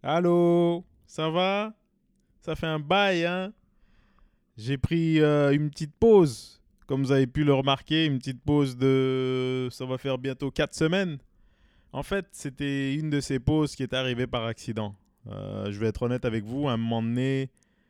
Allô, ça va? Ça fait un bail, hein? J'ai pris une petite pause, comme vous avez pu le remarquer, une petite pause de... Ça va faire bientôt 4 semaines. En fait, c'était une de ces pauses qui est arrivée par accident. Je vais être honnête avec vous, à un moment donné,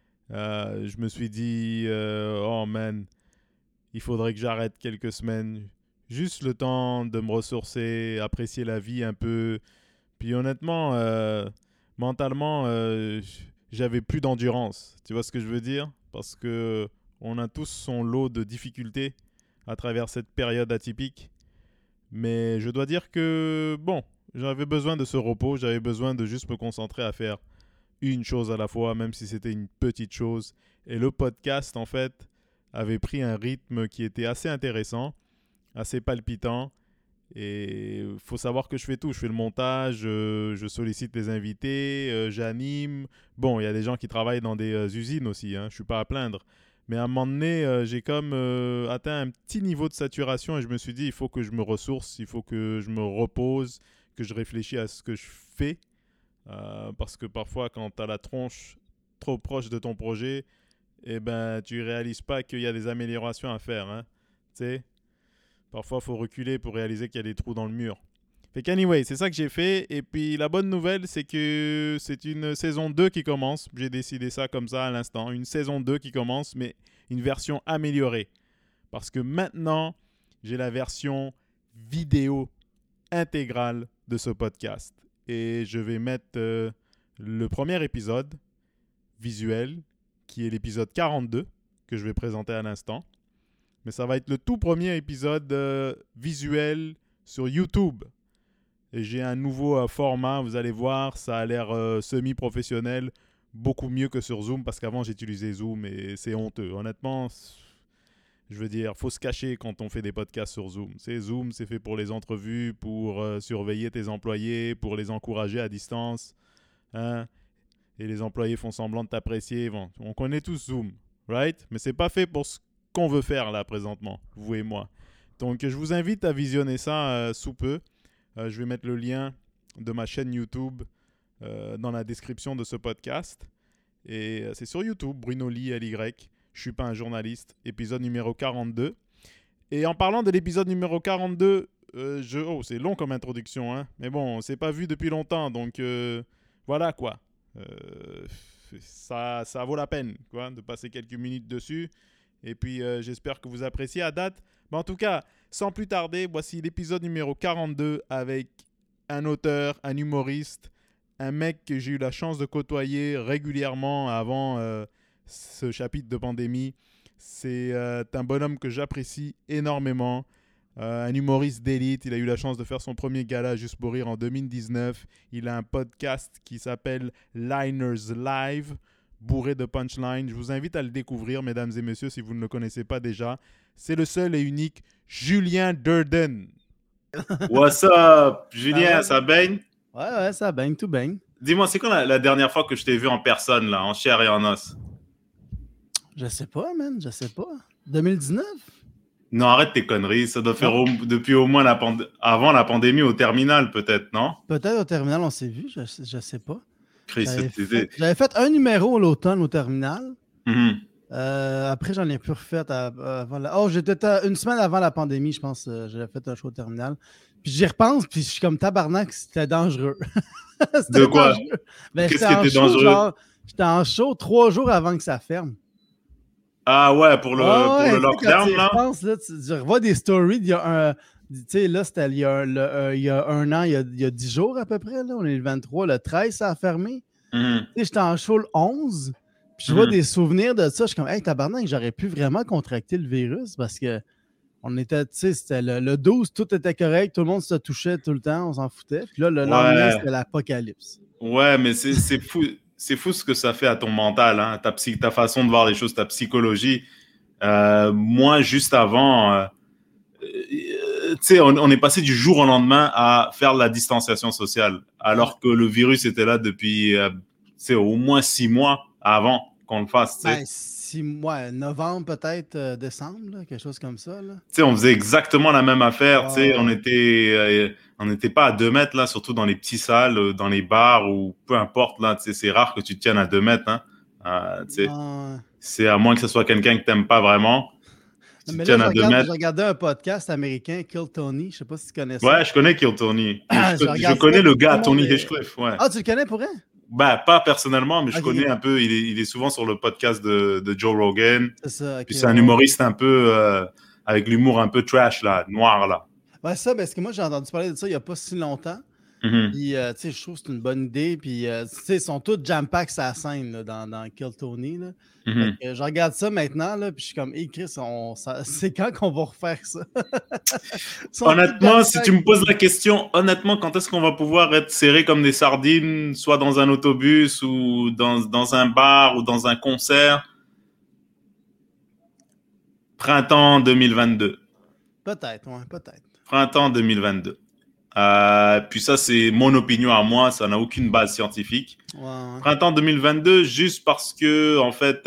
je me suis dit, oh man, il faudrait que j'arrête quelques semaines. Juste le temps de me ressourcer, apprécier la vie un peu. Puis honnêtement, mentalement, j'avais plus d'endurance. Tu vois ce que je veux dire? Parce que on a tous son lot de difficultés à travers cette période atypique. Mais je dois dire que, bon, j'avais besoin de ce repos, j'avais besoin de juste me concentrer à faire une chose à la fois, même si c'était une petite chose. Et le podcast, en fait, avait pris un rythme qui était assez intéressant, assez palpitant. Et il faut savoir que je fais tout. Je fais le montage, je sollicite les invités, j'anime. Bon, il y a des gens qui travaillent dans des usines aussi, hein, je ne suis pas à plaindre. Mais à un moment donné, j'ai comme atteint un petit niveau de saturation et je me suis dit, il faut que je me ressource, il faut que je me repose, que je réfléchisse à ce que je fais. Parce que parfois, quand tu as la tronche trop proche de ton projet, eh ben, tu réalises pas qu'il y a des améliorations à faire. Hein, tu sais. Parfois, il faut reculer pour réaliser qu'il y a des trous dans le mur. Fait qu'anyway, c'est ça que j'ai fait. Et puis, la bonne nouvelle, c'est que c'est une saison 2 qui commence. J'ai décidé ça comme ça à l'instant. Une saison 2 qui commence, mais une version améliorée. Parce que maintenant, j'ai la version vidéo intégrale de ce podcast. Et je vais mettre le premier épisode visuel, qui est l'épisode 42, que je vais présenter à l'instant. Mais ça va être le tout premier épisode visuel sur YouTube. Et j'ai un nouveau format, vous allez voir, ça a l'air semi-professionnel, beaucoup mieux que sur Zoom, parce qu'avant j'utilisais Zoom et c'est honteux. Honnêtement, je veux dire, faut se cacher quand on fait des podcasts sur Zoom. Zoom, c'est fait pour les entrevues, pour surveiller tes employés, pour les encourager à distance. Hein? Et les employés font semblant de t'apprécier. Bon, on connaît tous Zoom, right? Mais c'est pas fait pour ce qu'on veut faire là présentement, vous et moi. Donc je vous invite à visionner ça sous peu. Je vais mettre le lien de ma chaîne YouTube dans la description de ce podcast. Et c'est sur YouTube, Bruno Lee, LY. Je suis pas un journaliste. Épisode numéro 42. Et en parlant de l'épisode numéro 42, oh, c'est long comme introduction, hein. Mais bon, on s'est pas vu depuis longtemps, donc voilà quoi. Euh, ça vaut la peine quoi, de passer quelques minutes dessus. Et puis, j'espère que vous appréciez à date. Mais en tout cas, sans plus tarder, voici l'épisode numéro 42 avec un auteur, un humoriste, un mec que j'ai eu la chance de côtoyer régulièrement avant ce chapitre de pandémie. C'est un bonhomme que j'apprécie énormément. Un humoriste d'élite. Il a eu la chance de faire son premier gala Juste pour rire en 2019. Il a un podcast qui s'appelle Liners Live, bourré de punchlines. Je vous invite à le découvrir, mesdames et messieurs, si vous ne le connaissez pas déjà. C'est le seul et unique Julien Durden. What's up, Ça Julien, va? ça baigne? Ouais, ça baigne, tout baigne. Dis-moi, c'est quand la dernière fois que je t'ai vu en personne, là, en chair et en os? Je sais pas, man, je sais pas. 2019? Non, arrête tes conneries, ça doit faire depuis au moins avant la pandémie au terminal, peut-être, non? Peut-être au terminal, on s'est vu, je sais pas. Chris, c'était... J'avais fait un numéro l'automne au terminal. Mhm. Après, j'en ai plus refait j'étais une semaine avant la pandémie, je pense. J'avais fait un show au terminal. Puis j'y repense, puis je suis comme tabarnak, c'était dangereux. C'était De quoi? dangereux. Ben, Qu'est-ce qui était dangereux? J'étais en show 3 jours avant que ça ferme. Ah ouais, pour le lockdown, là? Je pense, là, tu revois des stories, il y a tu sais, là, c'était il y a un an, il y a 10 jours à peu près, là, on est le 23, le 13, ça a fermé. Mhm. Tu sais, j'étais en show le 11, puis je vois des souvenirs de ça, je suis comme, hey, tabarnak, j'aurais pu vraiment contracter le virus parce que on était, tu sais, c'était le 12, tout était correct, tout le monde se touchait tout le temps, on s'en foutait. Puis là, le lendemain, c'était l'apocalypse. Ouais, mais c'est fou. C'est fou ce que ça fait à ton mental, hein, ta façon de voir les choses, ta psychologie. Moi, juste avant, tu sais, on est passé du jour au lendemain à faire la distanciation sociale, alors que le virus était là depuis, au moins 6 mois avant qu'on le fasse, tu sais. Ben, 6 mois, novembre peut-être, décembre, là, quelque chose comme ça. Là. Tu sais, on faisait exactement la même affaire, tu sais, Ouais. on n'était pas à 2 mètres, là, surtout dans les petits salles, dans les bars, ou peu importe, là, tu sais, c'est rare que tu te tiennes à 2 mètres, hein. Tu sais, Ouais. c'est à moins que ce soit quelqu'un que t'aimes pas vraiment, Non, tu te mais là, tiennes à 2 je mètres. regardais un podcast américain, Kill Tony. Je sais pas si tu connais ça. Ouais, je connais Kill Tony. Je Je regarde ça, connais le puis tout gars, le monde Tony est... Hinchcliffe, ouais. Ah, tu le connais pour vrai? Bah, pas personnellement, mais je Ok, connais ok. un peu. Il est souvent sur le podcast de Joe Rogan. C'est ça, ok, Puis c'est un ouais. humoriste un peu avec l'humour un peu trash, là, noir, là. Ouais, ça, parce que moi, j'ai entendu parler de ça il y a pas si longtemps. Mhm. Puis, tu sais, je trouve que c'est une bonne idée. Puis, tu sais, ils sont tous jam-pack sur la scène là, dans Kill Tony. Là. Fait Mhm. que, je regarde ça maintenant, là, puis je suis comme, hey Chris, c'est quand qu'on va refaire ça? Ils sont tous Honnêtement, si tu jam-pack. me poses la question, honnêtement, quand est-ce qu'on va pouvoir être serré comme des sardines, soit dans un autobus ou dans un bar ou dans un concert? Printemps 2022. Peut-être, ouais, peut-être. Printemps 2022. Puis ça, c'est mon opinion à moi, ça n'a aucune base scientifique. Ouais, ouais. Printemps 2022, juste parce que, en fait,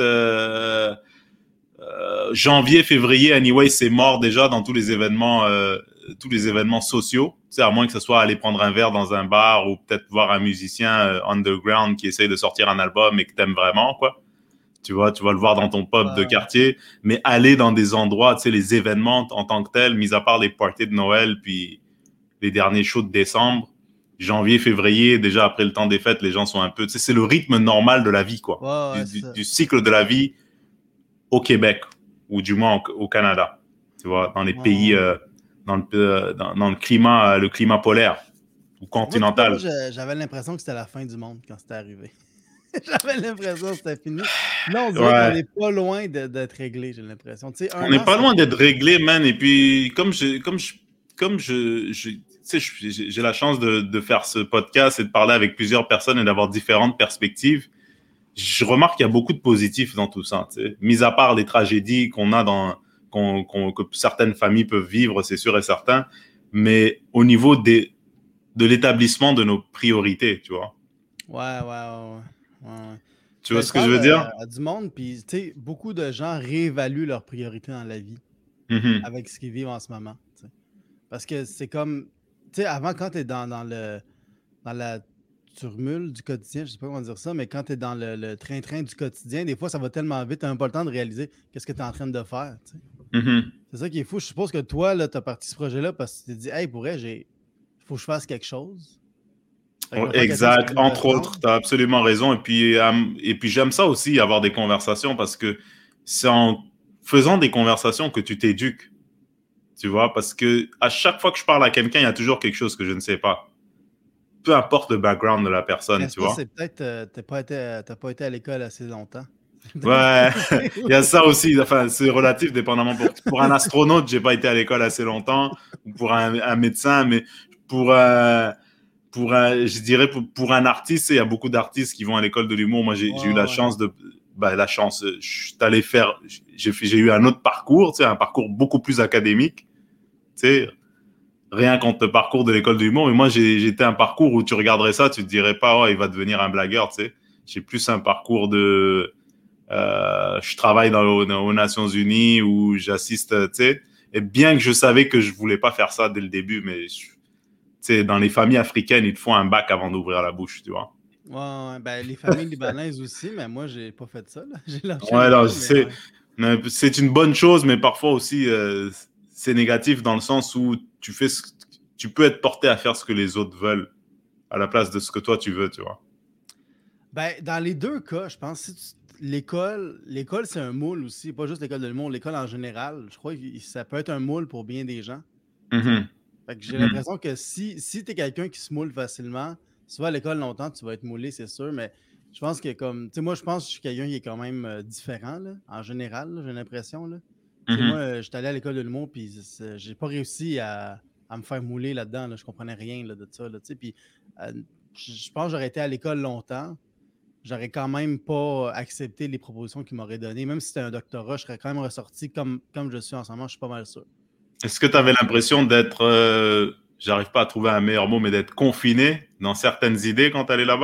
janvier, février, anyway, c'est mort déjà dans tous les événements sociaux. Tu sais, à moins que ce soit aller prendre un verre dans un bar ou peut-être voir un musicien underground qui essaye de sortir un album et que t'aimes vraiment, quoi. Tu vas le voir dans ton pub de Ouais. quartier, mais aller dans des endroits, tu sais, les événements en tant que tels, mis à part les parties de Noël, puis les derniers shows de décembre, janvier, février, déjà après le temps des fêtes, les gens sont un peu, tu sais, c'est le rythme normal de la vie, quoi, Ouais, ouais, c'est ça. du cycle de la vie au Québec, ou du moins au Canada, tu vois, dans les Ouais, pays, ouais. dans le climat polaire ou Moi, en tout cas, moi, continental. j'avais l'impression que c'était la fin du monde quand c'était arrivé. J'avais l'impression que c'était fini. Là, on dirait qu'on Ouais. n'est pas loin d'être réglé, j'ai l'impression. Tu sais, On un n'est an, pas ça loin fait. d'être réglé, man. Et puis, tu sais, j'ai la chance de faire ce podcast et de parler avec plusieurs personnes et d'avoir différentes perspectives. Je remarque qu'il y a beaucoup de positifs dans tout ça, tu sais. Mis à part les tragédies qu'on a que certaines familles peuvent vivre, c'est sûr et certain. Mais au niveau de l'établissement de nos priorités, tu vois. Ouais, ouais, ouais, ouais, ouais. Tu vois Ben, ce je que je parle veux dire? à du monde, puis tu sais, beaucoup de gens réévaluent leurs priorités dans la vie Mhm. avec ce qu'ils vivent en ce moment. Tu sais. Parce que c'est comme, tu sais, avant, quand tu es dans la turmule du quotidien, je sais pas comment dire ça, mais quand tu es dans le train-train du quotidien, des fois, ça va tellement vite, tu n'as même pas le temps de réaliser qu'est-ce que tu es en train de faire. Tu sais. Mhm. C'est ça qui est fou. Je suppose que toi, tu as parti ce projet-là parce que tu t'es dit, hey, pour vrai, il faut que je fasse quelque chose. Fait que je vais faire quelque chose Exact. qui me Entre ressemble. autres, tu as absolument raison. Et puis j'aime ça aussi, avoir des conversations, parce que c'est en faisant des conversations que tu t'éduques. Tu vois, parce que à chaque fois que je parle à quelqu'un, il y a toujours quelque chose que je ne sais pas. Peu importe le background de la personne, Mais tu ça, vois. c'est peut-être, t'as pas été à l'école assez longtemps. Ouais, il y a ça aussi. Enfin, c'est relatif, dépendamment. Pour un astronaute, j'ai pas été à l'école assez longtemps, ou pour un médecin, mais pour, je dirais pour un artiste, il y a beaucoup d'artistes qui vont à l'école de l'humour. Moi, j'ai eu Ouais, la ouais. chance la chance, je suis allé faire, j'ai eu un autre parcours, tu sais, un parcours beaucoup plus académique, tu sais, rien contre le parcours de l'école de l'humour, mais moi, j'étais un parcours où tu regarderais ça, tu te dirais pas, oh, il va devenir un blagueur, tu sais. J'ai plus un parcours je travaille aux Nations Unies où j'assiste, tu sais. Et bien que je savais que je voulais pas faire ça dès le début, mais tu sais, dans les familles africaines, ils te font un bac avant d'ouvrir la bouche, tu vois. Ouais, ouais. Ben, les familles libanaises aussi, mais moi, j'ai pas fait ça. Là. J'ai lâché Ouais, alors, l'école, mais ouais. c'est une bonne chose, mais parfois aussi, c'est négatif dans le sens où tu peux être porté à faire ce que les autres veulent à la place de ce que toi tu veux, tu vois. Ben, dans les deux cas, je pense l'école, c'est un moule aussi, pas juste l'école de l'humour, l'école en général. Je crois que ça peut être un moule pour bien des gens. Tu sais. Mhm. Fait que j'ai Mhm. l'impression que si tu es quelqu'un qui se moule facilement, si tu vas à l'école longtemps, tu vas être moulé, c'est sûr, mais je pense que comme, tu sais, moi, je pense que je suis quelqu'un qui est quand même différent, là, en général, là, j'ai l'impression, là. Tu sais, moi, Mhm. j'étais allé à l'école de l'humour, puis j'ai pas réussi à me faire mouler là-dedans, là, je comprenais rien là, de ça, là, tu sais, puis euh, je pense que j'aurais été à l'école longtemps, j'aurais quand même pas accepté les propositions qu'ils m'auraient données, même si c'était un doctorat, je serais quand même ressorti comme je suis en ce moment, je suis pas mal sûr. Est-ce que tu Mais avais l'impression d'être, j'arrive pas à trouver un meilleur mot, mais d'être confiné dans certaines idées quand tu allais là-bas?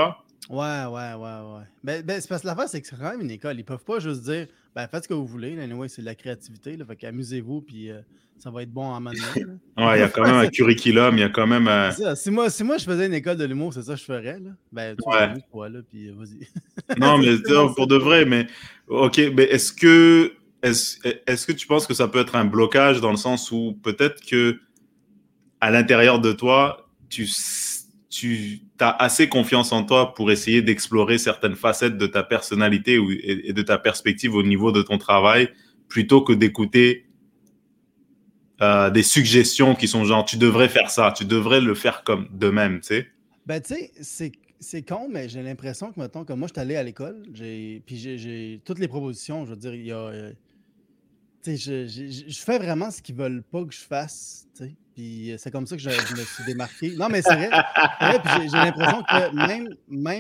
Ouais. C'est parce que l'affaire, c'est que c'est quand même une école. Ils peuvent pas juste dire, faites ce que vous voulez. Là, anyway, c'est de la créativité. Là, fait qu'amusez-vous, puis ça va être bon à un moment donné. Là. Ouais, il y a quand même un curriculum, il y a quand même. C'est ça. Si moi, je faisais une école de l'humour, c'est ça que je ferais. Là. Tu Ouais. amuse-toi, là, puis vas-y. Non, mais C'est bon, pour de vrai, mais ok, mais est-ce que tu penses que ça peut être un blocage dans le sens où peut-être que à l'intérieur de toi, tu as assez confiance en toi pour essayer d'explorer certaines facettes de ta personnalité et de ta perspective au niveau de ton travail, plutôt que d'écouter des suggestions qui sont genre, tu devrais faire ça, tu devrais le faire comme de même, tu sais? Tu sais, c'est con, mais j'ai l'impression que, mettons, comme moi, je suis allé à l'école, puis j'ai toutes les propositions. Je veux dire, il y a. Tu sais, je fais vraiment ce qu'ils veulent pas que je fasse, tu sais. Puis c'est comme ça que je me suis démarqué. Non, mais c'est vrai. C'est vrai, puis j'ai l'impression que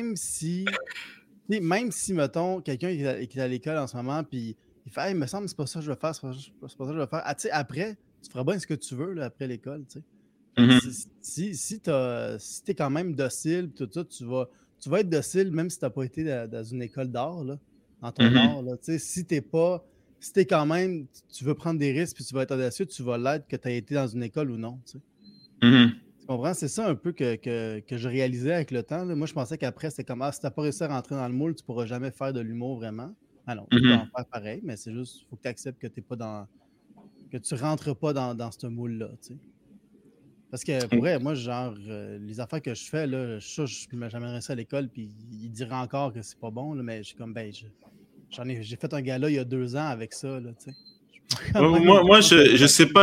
même si, mettons, quelqu'un qui est à l'école en ce moment, puis il fait, hey, il me semble que c'est pas ça que je veux faire, c'est pas ça que je veux faire. Ah, tu sais, après, tu feras bien ce que tu veux, là, après l'école, tu sais. Fait que Mhm. si t'es quand même docile, tout ça, tu vas être docile même si tu n'as pas été dans une école d'art, là, dans ton Mhm. art. Là, si t'es quand même, tu veux prendre des risques puis tu vas être audacieux, tu vas l'être que tu as été dans une école ou non. Tu sais. Mhm. Tu comprends? C'est ça un peu que je réalisais avec le temps. Là. Moi, je pensais qu'après, c'était comme si tu n'as pas réussi à rentrer dans le moule, tu ne pourras jamais faire de l'humour vraiment. Ah non, tu peux en Mhm. faire pareil, mais c'est juste, il faut que tu acceptes que t'es pas que tu rentres pas dans ce moule-là. Tu sais. Parce que pour vrai, moi, genre, les affaires que je fais, là, je j'amènerais ça à l'école, puis il dirait encore que c'est pas bon, là, mais je suis comme, j'ai fait un gala il y a 2 ans avec ça, là, tu sais. Je peux quand même Moi, prendre de je sais recul. pas,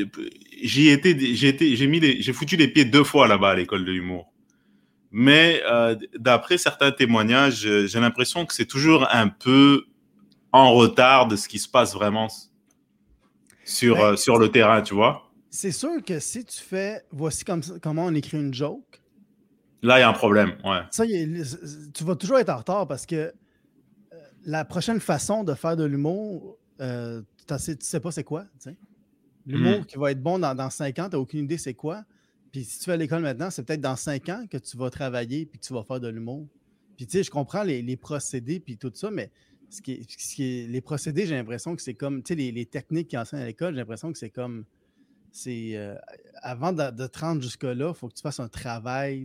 j'ai foutu les pieds 2 fois là-bas à l'école de l'humour. Mais d'après certains témoignages, j'ai l'impression que c'est toujours un peu en retard de ce qui se passe vraiment Ben, sur le terrain, tu vois. c'est sûr que si tu fais, voici comment on écrit une joke, Là, il y a un problème, ouais. ça, tu vas toujours être en retard parce que la prochaine façon de faire de l'humour, tu sais pas c'est quoi, tu sais. L'humour Mhm. qui va être bon dans 5 ans, tu n'as aucune idée c'est quoi. Puis si tu vas à l'école maintenant, c'est peut-être dans 5 ans que tu vas travailler puis que tu vas faire de l'humour. Puis tu sais, je comprends les procédés puis tout ça, mais les procédés, j'ai l'impression que c'est comme, tu sais, les techniques qu'ils enseignent à l'école, j'ai l'impression que c'est comme, c'est avant de te rendre jusque-là, il faut que tu fasses un travail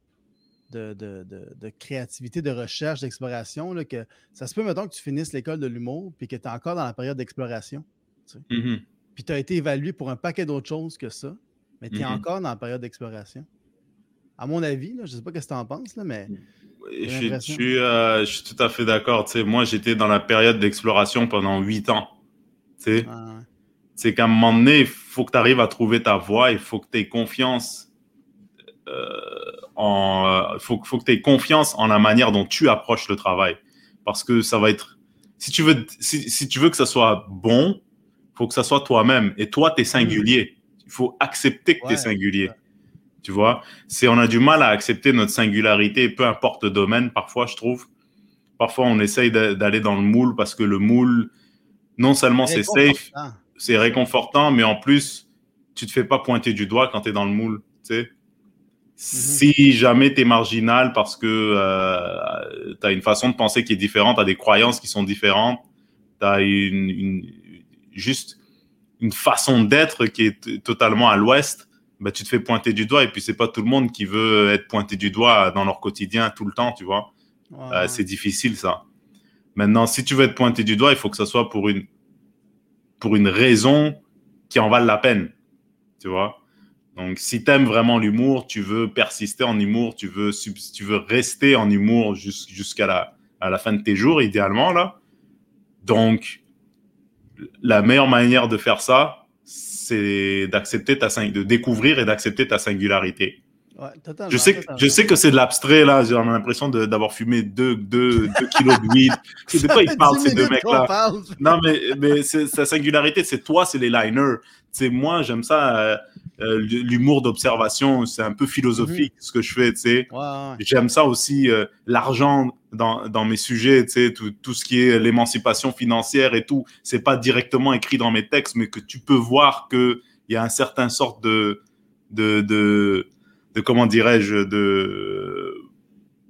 de créativité, de recherche, d'exploration, là, que ça se peut, mettons, que tu finisses l'école de l'humour puis que tu es encore dans la période d'exploration. Tu sais. Mhm. Puis tu as été évalué pour un paquet d'autres choses que ça, mais tu es Mhm. encore dans la période d'exploration. À mon avis, là, je ne sais pas ce que tu en penses, là, mais j'ai l'impression. Je suis tout à fait d'accord. Tu sais, moi, j'étais dans la période d'exploration pendant 8 ans. Tu sais, Ouais, c'est qu'à un moment donné, il faut que tu arrives à trouver ta voie, il faut que tu aies confiance faut que tu aies confiance en la manière dont tu approches le travail. Parce que ça va être, si tu veux que ça soit bon, faut que ça soit toi-même. Et toi, tu es mhm, singulier. Il faut accepter que tu es ouais, c'est singulier. ça. Tu vois, on a du mal à accepter notre singularité, peu importe le domaine, parfois, je trouve. Parfois, on essaye d'aller dans le moule parce que le moule, non seulement c'est safe, Réconfortant, c'est c'est ça. réconfortant, mais en plus, tu te fais pas pointer du doigt quand tu es dans le moule. Tu sais, Mhm, si jamais tu es marginal parce que tu as une façon de penser qui est différente, tu as des croyances qui sont différentes, tu as juste une façon d'être qui est totalement à l'ouest, bah, tu te fais pointer du doigt. Et puis, c'est pas tout le monde qui veut être pointé du doigt dans leur quotidien tout le temps, tu vois. ouais, ouais. C'est difficile, ça. Maintenant, si tu veux être pointé du doigt, il faut que ça soit pour une raison qui en vale la peine, tu vois. Donc, si tu aimes vraiment l'humour, tu veux persister en humour, tu veux rester en humour jusqu'à à la fin de tes jours, idéalement, là. Donc, la meilleure manière de faire ça, c'est de découvrir et d'accepter ta singularité. Ouais, totalement, Je totalement. sais que c'est de l'abstrait, là. J'ai l'impression d'avoir fumé 2 kilos de weed. De Ça quoi ils fait parlent, 10 ces deux minutes qu'on mecs-là? parle. Non, mais sa singularité, c'est toi, c'est les liners. C'est moi, j'aime ça, l'humour d'observation. C'est un peu Mhm, philosophique, ce que je fais, tu sais. ouais, ouais. J'aime ça aussi, l'argent dans mes sujets, tu sais, tout ce qui est l'émancipation financière et tout. C'est pas directement écrit dans mes textes, mais que tu peux voir qu'il y a un certain sorte de, de comment dirais-je,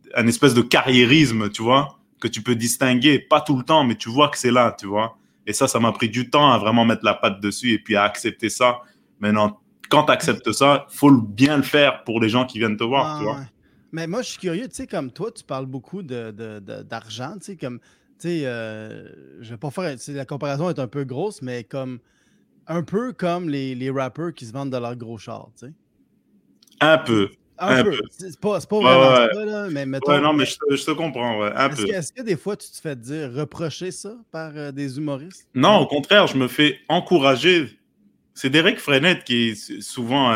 un espèce de carriérisme, tu vois, que tu peux distinguer, pas tout le temps, mais tu vois que c'est là, tu vois. Et ça m'a pris du temps à vraiment mettre la patte dessus et puis à accepter ça. Maintenant, quand tu acceptes ça, il faut bien le faire pour les gens qui viennent te voir, tu vois. Ouais. Mais moi, je suis curieux, tu sais, comme toi, tu parles beaucoup d'argent, tu sais, comme, tu sais, je vais pas faire, la comparaison est un peu grosse, mais comme, un peu comme les rappers qui se vendent de leur gros char, tu sais. Un peu. Un Un peu. peu. C'est pas Ouais, vraiment ouais. ça, là, mais mettons. Ouais, non, mais je te comprends, ouais, un peu. Est-ce que des fois, tu te fais dire, reprocher ça par des humoristes? Non, au contraire, je me fais encourager. C'est Derek Frenette qui est souvent,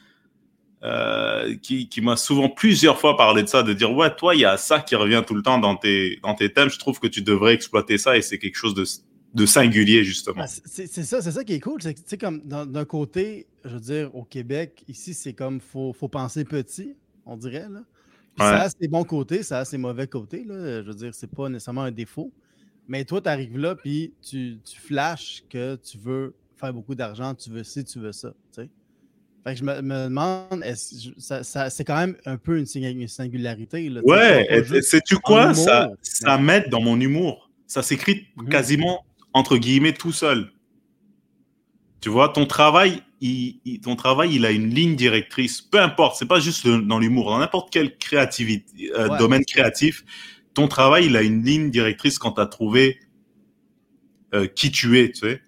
qui m'a souvent plusieurs fois parlé de ça, de dire, ouais, toi, il y a ça qui revient tout le temps dans tes thèmes. Je trouve que tu devrais exploiter ça et c'est quelque chose de singulier, justement. C'est ça qui est cool. C'est que, tu sais, comme d'un côté, je veux dire, au Québec, ici, c'est comme, faut penser petit, on dirait, là. Puis Ouais. ça a ses bons côtés, ça a ses mauvais côtés, là. Je veux dire, c'est pas nécessairement un défaut. Mais toi, tu arrives là, puis tu flashes que tu veux faire beaucoup d'argent, tu veux ci, tu veux ça, tu sais. Fait que je me demande, c'est quand même un peu une singularité, là. Ouais, sais-tu quoi? Ça mais... m'aide dans mon humour. Ça s'écrit quasiment, entre guillemets, tout seul. Tu vois, ton travail, il a une ligne directrice. Peu importe, c'est pas juste dans l'humour, dans n'importe quel créativité, domaine créatif, ton travail, il a une ligne directrice quand tu as trouvé qui tu es, tu sais.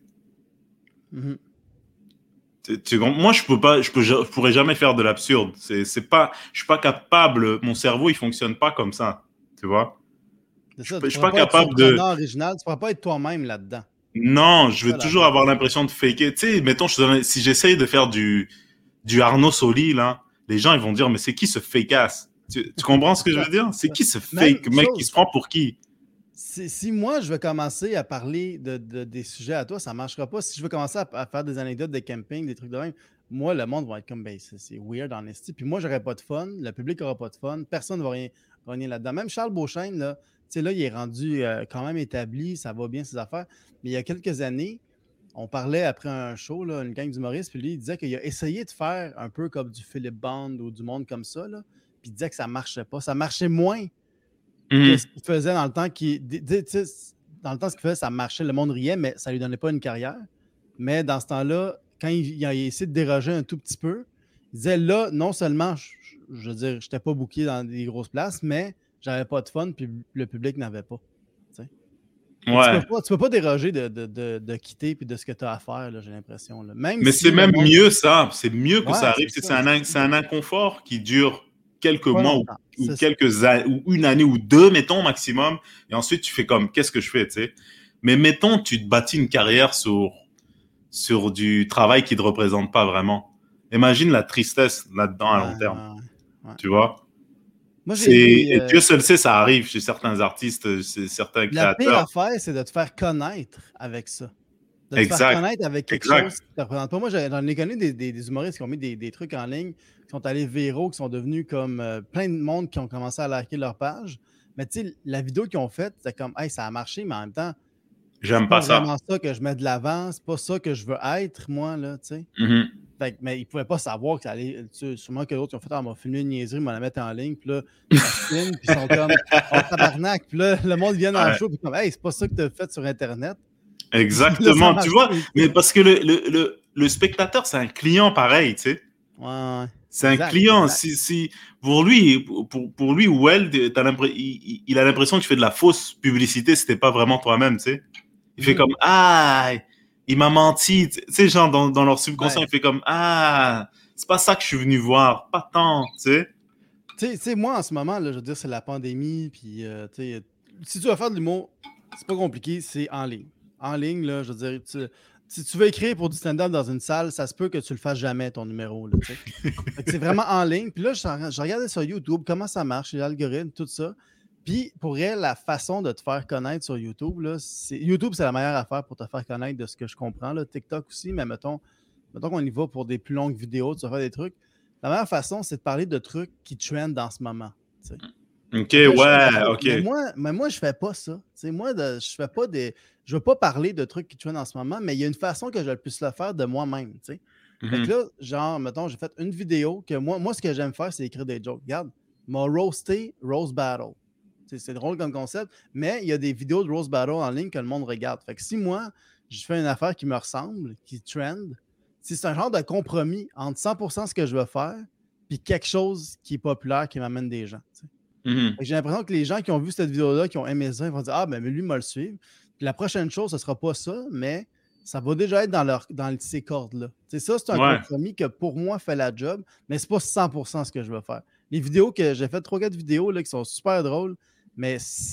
Moi, je pourrais jamais faire de l'absurde. C'est pas, je suis pas capable. Mon cerveau, il fonctionne pas comme ça, tu vois. C'est ça, Je suis pas capable de. Original, tu pourras pas être toi-même là-dedans. Non, je vais toujours avoir l'impression de faker. Tu sais, mettons, si j'essaye de faire du Arnaud Soli, là, les gens, ils vont dire, mais c'est qui ce fake-ass? Tu comprends ce que je veux dire? C'est qui ce fake mec qui se prend pour qui? Si moi, je veux commencer à parler des sujets à toi, ça ne marchera pas. Si je veux commencer à faire des anecdotes de camping, des trucs de même, moi, le monde va être comme, ben, c'est weird en esti. Puis moi, j'aurai pas de fun, le public aura pas de fun, personne ne va rien gagner là-dedans. Même Charles Beauchesne, là, là, il est rendu quand même établi, ça va bien ses affaires. Mais il y a quelques années, on parlait après un show, là, une gang d'humoristes, puis lui, il disait qu'il a essayé de faire un peu comme du Philippe Bond ou du monde comme ça, là, puis il disait que ça marchait pas. Ça marchait moins que ce qu'il faisait dans le temps dans le temps, ce qu'il faisait, ça marchait, le monde riait, mais ça lui donnait pas une carrière. Mais dans ce temps-là, quand il a essayé de déroger un tout petit peu, il disait là, non seulement, je veux dire, je n'étais pas booké dans des grosses places, mais j'avais pas de fun, puis le public n'avait pas. Ouais. Tu peux pas déroger de quitter puis de ce que tu as à faire, j'ai l'impression. Mais c'est même mieux ça. C'est mieux que ça arrive. C'est un inconfort qui dure quelques mois ou une année ou deux, mettons, maximum. Et ensuite, tu fais comme, qu'est-ce que je fais, tu sais? Mais mettons, tu te bâtis une carrière sur du travail qui ne te représente pas vraiment. Imagine la tristesse là-dedans à long terme. Tu vois? Et Dieu seul sait, ça arrive chez certains artistes, chez certains créateurs. La pire affaire, c'est de te faire connaître avec ça. De te faire connaître avec quelque chose qui ne te représente pas. Moi, j'en ai connu des humoristes qui ont mis des trucs en ligne, qui sont allés viraux, qui sont devenus comme plein de monde qui ont commencé à liker leur page. Mais tu sais, la vidéo qu'ils ont faite, c'était comme, hey, ça a marché, mais en même temps, j'aime pas ça. C'est vraiment ça que je mets de l'avant, c'est pas ça que je veux être, moi, là, tu sais. Fait, mais ils ne pouvaient pas savoir que ça allait. Sûrement que d'autres ont fait, on m'a filmé une niaiserie, m'en la mettre en ligne, puis là, ils filment, puis ils sont comme, oh tabarnak, puis là, le monde vient dans le show, puis comme, hey, c'est pas ça que tu as fait sur Internet. Exactement, là, tu vois, mais parce que le spectateur, c'est un client pareil, tu sais. Ouais. C'est un client. Si, pour lui ou elle, il a l'impression que tu fais de la fausse publicité si t'es pas vraiment toi-même, tu sais. Il fait comme, ah, il m'a menti. Tu sais, genre, dans leur subconscient, il fait comme, ah, c'est pas ça que je suis venu voir. Pas tant, tu sais. Tu sais, moi, en ce moment, là, je veux dire, c'est la pandémie, puis, tu sais, si tu veux faire de l'humour, c'est pas compliqué, c'est en ligne. En ligne, là, je veux dire, si tu veux écrire pour du stand-up dans une salle, ça se peut que tu le fasses jamais, ton numéro, là, tu sais. C'est vraiment en ligne. Puis là, je regardais sur YouTube comment ça marche, les algorithmes, tout ça. Puis, pour elle, la façon de te faire connaître sur YouTube, là, YouTube, c'est la meilleure affaire pour te faire connaître de ce que je comprends. Là. TikTok aussi, mais mettons qu'on y va pour des plus longues vidéos, tu vas faire des trucs. La meilleure façon, c'est de parler de trucs qui trendent en ce moment. Tu sais. OK, ouais, OK. Mais moi, je fais pas ça. Moi, je veux pas parler de trucs qui trendent en ce moment, mais il y a une façon que je puisse le faire de moi-même. Fait que là, genre, mettons, j'ai fait une vidéo que moi, ce que j'aime faire, c'est écrire des jokes. Regarde, m'a roasté Roast Battle. C'est drôle comme concept, mais il y a des vidéos de Roast Battle en ligne que le monde regarde. Fait que si moi, je fais une affaire qui me ressemble, qui trend, c'est un genre de compromis entre 100% ce que je veux faire puis quelque chose qui est populaire, qui m'amène des gens. J'ai l'impression que les gens qui ont vu cette vidéo-là, qui ont aimé ça, ils vont dire « Ah, ben lui, m'a le suivre. » Puis la prochaine chose, ce ne sera pas ça, mais ça va déjà être dans ces cordes-là. Ça, c'est un compromis que pour moi fait la job, mais c'est pas 100% ce que je veux faire. Les vidéos que j'ai fait 3-4 vidéos là, qui sont super drôles, mais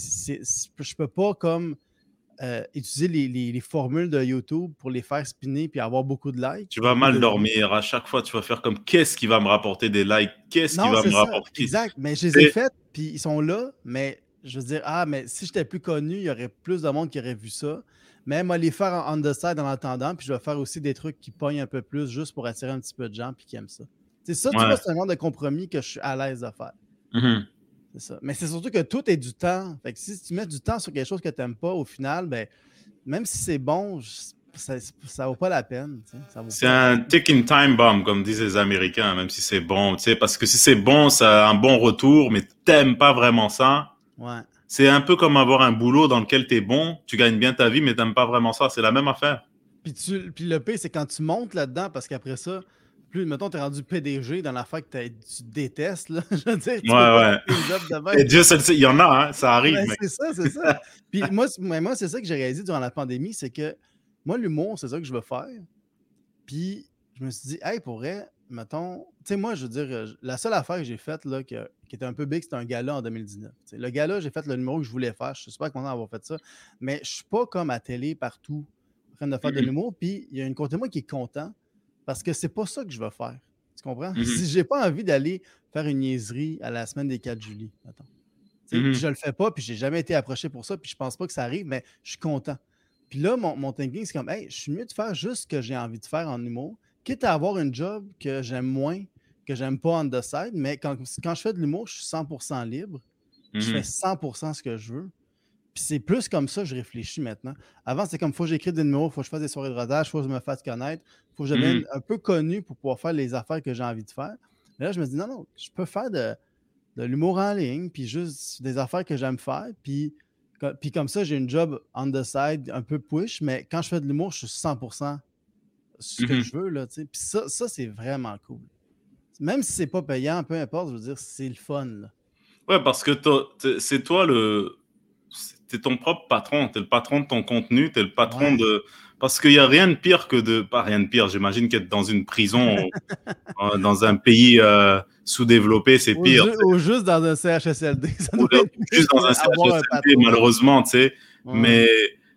je peux pas comme utiliser les formules de YouTube pour les faire spinner puis avoir beaucoup de likes. Tu vas mal dormir. À chaque fois, tu vas faire comme qu'est-ce qui va me rapporter des likes? Qu'est-ce qui va me rapporter? Exact. Mais je les ai faites puis ils sont là, mais je veux dire, mais si j'étais plus connu, il y aurait plus de monde qui aurait vu ça. Mais moi, les faire en on the side en attendant, puis je vais faire aussi des trucs qui pognent un peu plus juste pour attirer un petit peu de gens puis qui aiment ça. C'est ça, tu vois, c'est un genre de compromis que je suis à l'aise de faire. C'est ça. Mais c'est surtout que tout est du temps. Fait que si tu mets du temps sur quelque chose que tu n'aimes pas, au final, ben, même si c'est bon, ça vaut pas la peine. C'est un ticking time bomb, comme disent les Américains, même si c'est bon. Parce que si c'est bon, ça a un bon retour, mais tu n'aimes pas vraiment ça. Ouais. C'est un peu comme avoir un boulot dans lequel tu es bon, tu gagnes bien ta vie, mais tu n'aimes pas vraiment ça. C'est la même affaire. Puis le pire, c'est quand tu montes là-dedans, parce qu'après ça, plus, mettons, tu es rendu PDG dans l'affaire que tu détestes, là. Je veux dire, Et Dieu seul sait, il y en a, hein, ça arrive. Ouais, c'est ça. Puis moi, c'est ça que j'ai réalisé durant la pandémie, c'est que moi, l'humour, c'est ça que je veux faire. Puis je me suis dit, hey, pour vrai, mettons, tu sais, moi, je veux dire, la seule affaire que j'ai faite, là, qui était un peu big, c'était un gala en 2019. T'sais, le gala, j'ai fait le numéro que je voulais faire. Je suis super content d'avoir fait ça. Mais je suis pas comme à télé partout en train de faire de l'humour. Puis il y a une côté de moi qui est content parce que c'est pas ça que je veux faire. Tu comprends? Si j'ai pas envie d'aller faire une niaiserie à la semaine des 4 juillet, mettons. Puis je le fais pas, puis j'ai jamais été approché pour ça, puis je pense pas que ça arrive, mais je suis content. Puis là, mon thinking, c'est comme, hey, je suis mieux de faire juste ce que j'ai envie de faire en humour, quitte à avoir une job que j'aime moins, que j'aime pas on the side, mais quand je fais de l'humour, je suis 100% libre. Je fais 100% ce que je veux. Puis c'est plus comme ça que je réfléchis maintenant. Avant, c'est comme, faut que j'écrive des numéros, faut que je fasse des soirées de rodage, faut que je me fasse connaître, faut que je devienne un peu connu pour pouvoir faire les affaires que j'ai envie de faire. Mais là, je me dis, non, je peux faire de l'humour en ligne, puis juste des affaires que j'aime faire, puis comme ça, j'ai une job on the side, un peu push, mais quand je fais de l'humour, je suis 100% ce que je veux, là, tu sais. Puis ça, c'est vraiment cool. Même si c'est pas payant, peu importe, je veux dire, c'est le fun, là. Ouais, parce que c'est toi t'es ton propre patron, t'es le patron de ton contenu, t'es le patron de... Parce qu'il n'y a rien de pire que de... Pas rien de pire, j'imagine qu'être dans une prison, dans un pays sous-développé, c'est pire. Ou juste dans un CHSLD. Ça doit être juste dans un CHSLD, malheureusement, tu sais. Mais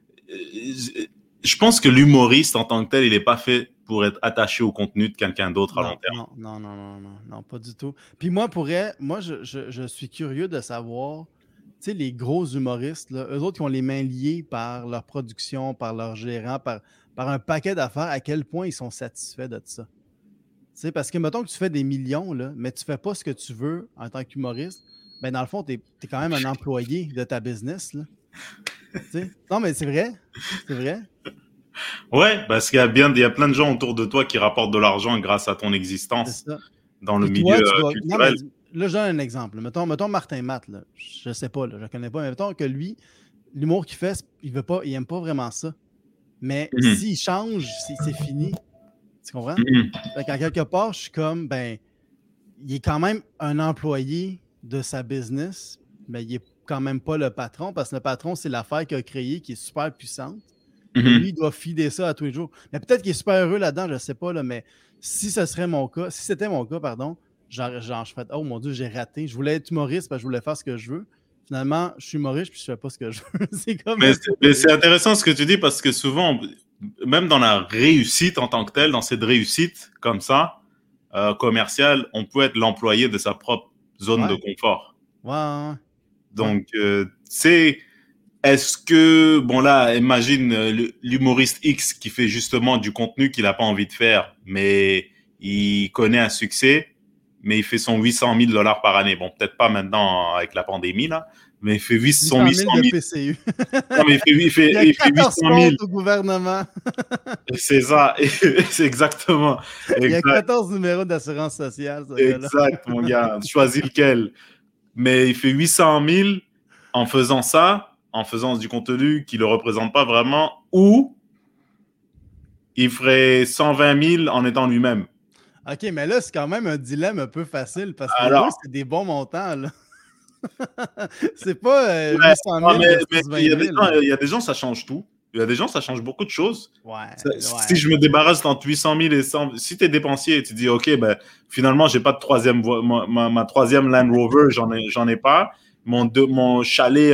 je pense que l'humoriste en tant que tel, il n'est pas fait pour être attaché au contenu de quelqu'un d'autre à long terme. Non, pas du tout. Puis moi, je suis curieux de savoir... Tu sais, les gros humoristes, là, eux autres qui ont les mains liées par leur production, par leur gérant, par un paquet d'affaires, à quel point ils sont satisfaits de ça. Tu sais, parce que, mettons que tu fais des millions, là, mais tu ne fais pas ce que tu veux en tant qu'humoriste, ben dans le fond, tu es quand même un employé de ta business. Là. Tu sais? Non, mais c'est vrai. C'est vrai. Ouais, parce qu'il y a plein de gens autour de toi qui rapportent de l'argent grâce à ton existence dans le milieu culturel. Là, je donne un exemple. Mettons Martin Matt, là. Je sais pas, là, je ne connais pas, mais mettons que lui, l'humour qu'il fait, il n'aime pas vraiment ça. Mais s'il change, c'est fini. Tu comprends? Fait qu'en quelque part, je suis comme, ben, il est quand même un employé de sa business, mais il n'est quand même pas le patron, parce que le patron, c'est l'affaire qu'il a créée qui est super puissante. Lui, il doit fider ça à tous les jours. Mais peut-être qu'il est super heureux là-dedans, je ne sais pas, là, mais si c'était mon cas, genre, je ferais, oh mon Dieu, j'ai raté. Je voulais être humoriste parce que je voulais faire ce que je veux. Finalement, je suis humoriste puis je fais pas ce que je veux. Mais c'est intéressant ce que tu dis parce que souvent, même dans la réussite en tant que telle, dans cette réussite comme ça, commerciale, on peut être l'employé de sa propre zone de confort. Ouais. Donc, est-ce que, bon là, imagine l'humoriste X qui fait justement du contenu qu'il n'a pas envie de faire, mais il connaît un succès, mais il fait son 800 000 $ par année. Bon, peut-être pas maintenant avec la pandémie, là, mais il fait 800 000 de PCU. Non, mais il fait 800 000 au gouvernement. C'est ça, c'est exactement. Il y a 14 numéros d'assurance sociale. Exact, mon gars. Choisis lequel. mais il fait 800 000 en faisant ça, en faisant du contenu qui ne le représente pas vraiment, ou il ferait 120 000 en étant lui-même. OK, mais là, c'est quand même un dilemme un peu facile parce que Alors, c'est des bons montants, là. C'est pas 800 000 mais versus 20 il 000. y a des gens, ça change tout. Il y a des gens, ça change beaucoup de choses. Ouais. Si je me débarrasse entre 800 000 et 100 000, si tu es dépensier et tu dis, OK, ben, finalement, j'ai pas de troisième, ma troisième Land Rover, j'en ai pas. Mon chalet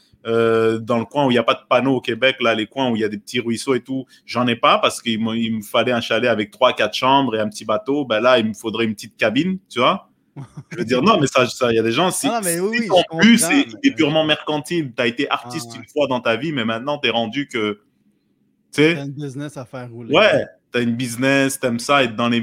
dans le coin où il n'y a pas de panneau au Québec, là, les coins où il y a des petits ruisseaux et tout, j'en ai pas parce qu'il me fallait un chalet avec 3-4 chambres et un petit bateau. Ben là, il me faudrait une petite cabine, tu vois. Je veux dire, non, mais ça, il y a des gens, si ton but, c'est purement mercantile, tu as été artiste une fois dans ta vie, mais maintenant, tu es rendu que, tu sais... Tu as une business à faire rouler. Ouais, tu as une business, tu aimes ça, être dans les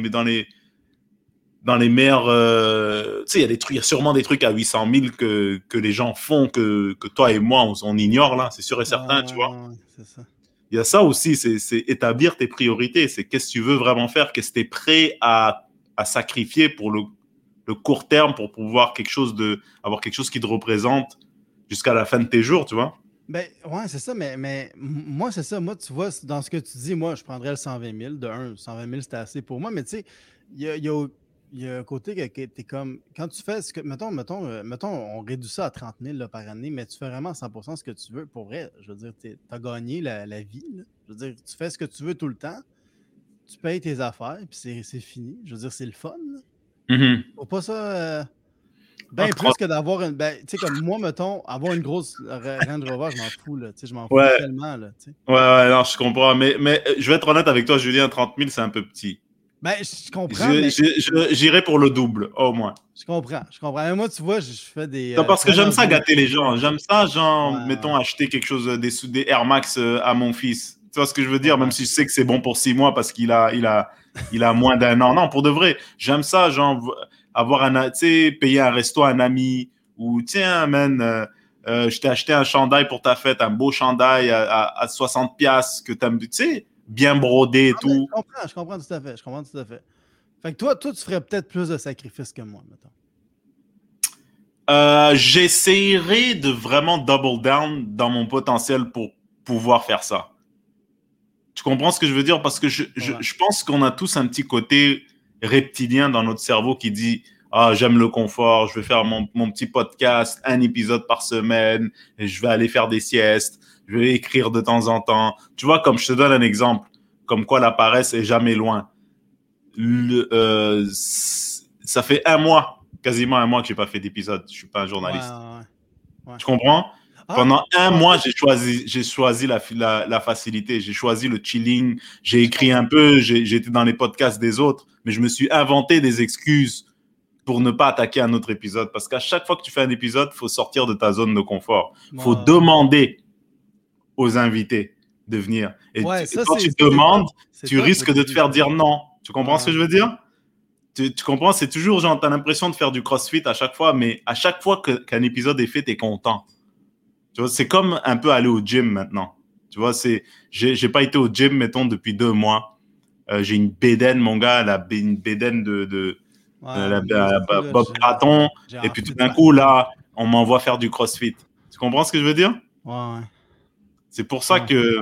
meilleurs... tu sais, il y a sûrement des trucs à 800 000 que les gens font, que toi et moi, on ignore, là, c'est sûr et certain, tu vois. C'est ça. Il y a ça aussi, c'est établir tes priorités, c'est qu'est-ce que tu veux vraiment faire, qu'est-ce que tu es prêt à sacrifier pour le court terme pour pouvoir avoir quelque chose qui te représente jusqu'à la fin de tes jours, tu vois. Ben, ouais, c'est ça, mais moi, c'est ça. Moi, tu vois, dans ce que tu dis, moi, je prendrais le 120 000. De 120 000, c'était assez pour moi, mais tu sais, il y a un côté que tu es comme, quand tu fais ce que, mettons, on réduit ça à 30 000 là, par année, mais tu fais vraiment 100% ce que tu veux. Pour vrai, je veux dire, tu as gagné la vie, là. Je veux dire, tu fais ce que tu veux tout le temps, tu payes tes affaires, puis c'est fini. Je veux dire, c'est le fun, là. Faut pas ça... Ben plus que d'avoir une... Ben, tu sais, comme moi, mettons, avoir une grosse Range Rover, je m'en fous, là. Tu sais, je m'en fous tellement, là, tu sais. Ouais, non, je comprends. Mais je vais être honnête avec toi, Julien, 30 000, c'est un peu petit. Ben, je comprends, J'irai pour le double, au moins. Je comprends. Mais moi, tu vois, je fais des... Non, parce que j'aime ça gâter les gens. J'aime ça, genre, mettons, acheter quelque chose, des Air Max à mon fils. Tu vois ce que je veux dire? Même si je sais que c'est bon pour 6 mois parce qu'il a moins d'un an. Non, pour de vrai, j'aime ça, genre... avoir tu sais, payer un resto à un ami, ou tiens, man, je t'ai acheté un chandail pour ta fête, un beau chandail à 60$ que t'aimes, tu sais, bien brodé et tout. Je comprends tout à fait. Fait que toi, tu ferais peut-être plus de sacrifices que moi, mettons. J'essaierai de vraiment double down dans mon potentiel pour pouvoir faire ça. Tu comprends ce que je veux dire? Parce que je pense qu'on a tous un petit côté reptilien dans notre cerveau qui dit j'aime le confort, je vais faire mon petit podcast, un épisode par semaine, et je vais aller faire des siestes, je vais écrire de temps en temps. Tu vois, comme je te donne un exemple, comme quoi la paresse est jamais loin. Ça fait quasiment un mois que j'ai pas fait d'épisode. Je suis pas un journaliste. Ouais. Tu comprends? Pendant un mois, j'ai choisi la facilité, j'ai choisi le chilling, j'ai écrit un peu, j'ai été dans les podcasts des autres, mais je me suis inventé des excuses pour ne pas attaquer un autre épisode. Parce qu'à chaque fois que tu fais un épisode, il faut sortir de ta zone de confort. Il faut demander aux invités de venir. Et quand tu demandes, tu risques de te faire dire non. Tu comprends ce que je veux dire? Tu comprends? C'est toujours genre, tu as l'impression de faire du crossfit à chaque fois, mais à chaque fois qu'un épisode est fait, tu es content. Tu vois, c'est comme un peu aller au gym maintenant. Tu vois, j'ai pas été au gym, mettons, depuis 2 mois. J'ai une bédaine, mon gars, une bédaine de Bob Craton. Et puis tout d'un coup, là, on m'envoie faire du crossfit. Tu comprends ce que je veux dire? Ouais. C'est pour ça que...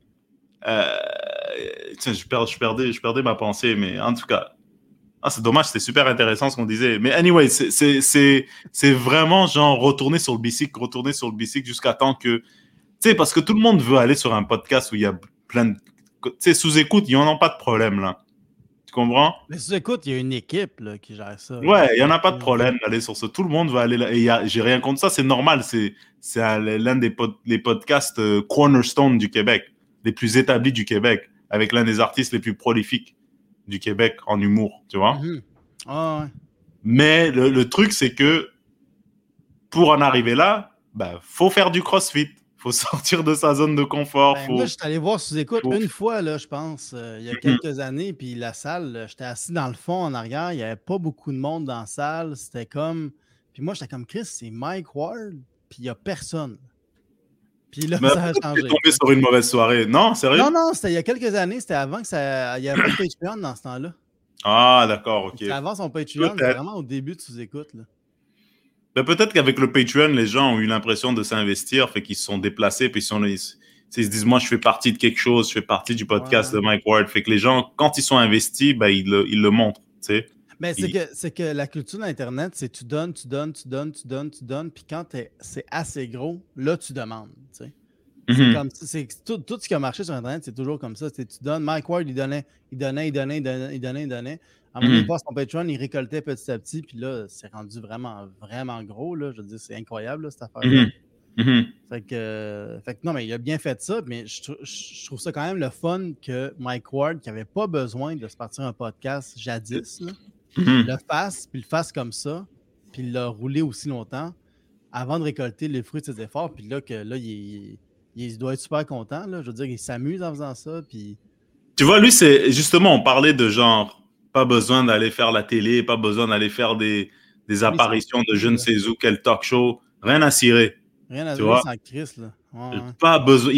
je perdais ma pensée, mais en tout cas... c'est dommage, c'était super intéressant ce qu'on disait. Mais anyway, c'est vraiment genre retourner sur le bicycle jusqu'à temps que... Tu sais, parce que tout le monde veut aller sur un podcast où il y a plein de... Tu sais, sous-écoute, il n'y en a pas de problème, là. Tu comprends? Mais sous-écoute, il y a une équipe là, qui gère ça. Ouais, il n'y en a pas de problème d'aller sur ça. Tout le monde va aller là. Et j'ai rien contre ça, c'est normal. C'est l'un des podcasts cornerstone du Québec, les plus établis du Québec, avec l'un des artistes les plus prolifiques du Québec en humour, tu vois. Ouais. Mais le truc, c'est que pour en arriver là, faut faire du crossfit. Faut sortir de sa zone de confort. Moi, je suis allé voir sous-écoute une fois, là, je pense, il y a quelques années, puis la salle, j'étais assis dans le fond, en arrière, il n'y avait pas beaucoup de monde dans la salle, c'était comme... Puis moi, j'étais comme, Chris, c'est Mike Ward, puis il n'y a personne. Puis là, ça a changé. Tu es tombé sur une mauvaise soirée. Non, sérieux? Non, c'était il y a quelques années, c'était avant que ça... Il n'y avait pas de Patreon dans ce temps-là. Ah, d'accord, ok. C'était avant son Patreon, c'était vraiment au début de sous-écoute, là. Ben, peut-être qu'avec le Patreon, les gens ont eu l'impression de s'investir, fait qu'ils se sont déplacés, puis ils se disent, moi, je fais partie de quelque chose, je fais partie du podcast de Mike Ward. Fait que les gens, quand ils sont investis, ben, ils le montrent, tu sais. Mais c'est que la culture d'Internet, c'est tu donnes, puis quand c'est assez gros, là, tu demandes, tu sais. C'est comme ça. Tout ce qui a marché sur Internet, c'est toujours comme ça. Tu donnes. Mike Ward, il donnait. À un moment donné, il passe son Patreon, il récoltait petit à petit, puis là, c'est rendu vraiment, vraiment gros. Là. Je veux dire, c'est incroyable, là, cette affaire-là. Fait que non, mais il a bien fait ça, mais je trouve ça quand même le fun que Mike Ward, qui n'avait pas besoin de se partir un podcast jadis, là, le fasse comme ça, puis il l'a roulé aussi longtemps avant de récolter les fruits de ses efforts, puis là, il doit être super content. Là. Je veux dire, il s'amuse en faisant ça. Puis... Tu vois, lui, c'est justement, on parlait de genre, pas besoin d'aller faire la télé, pas besoin d'aller faire des apparitions de je ne sais où, quel talk show, rien à cirer. Rien à cirer sans Chris. Là. Ouais. Pas besoin,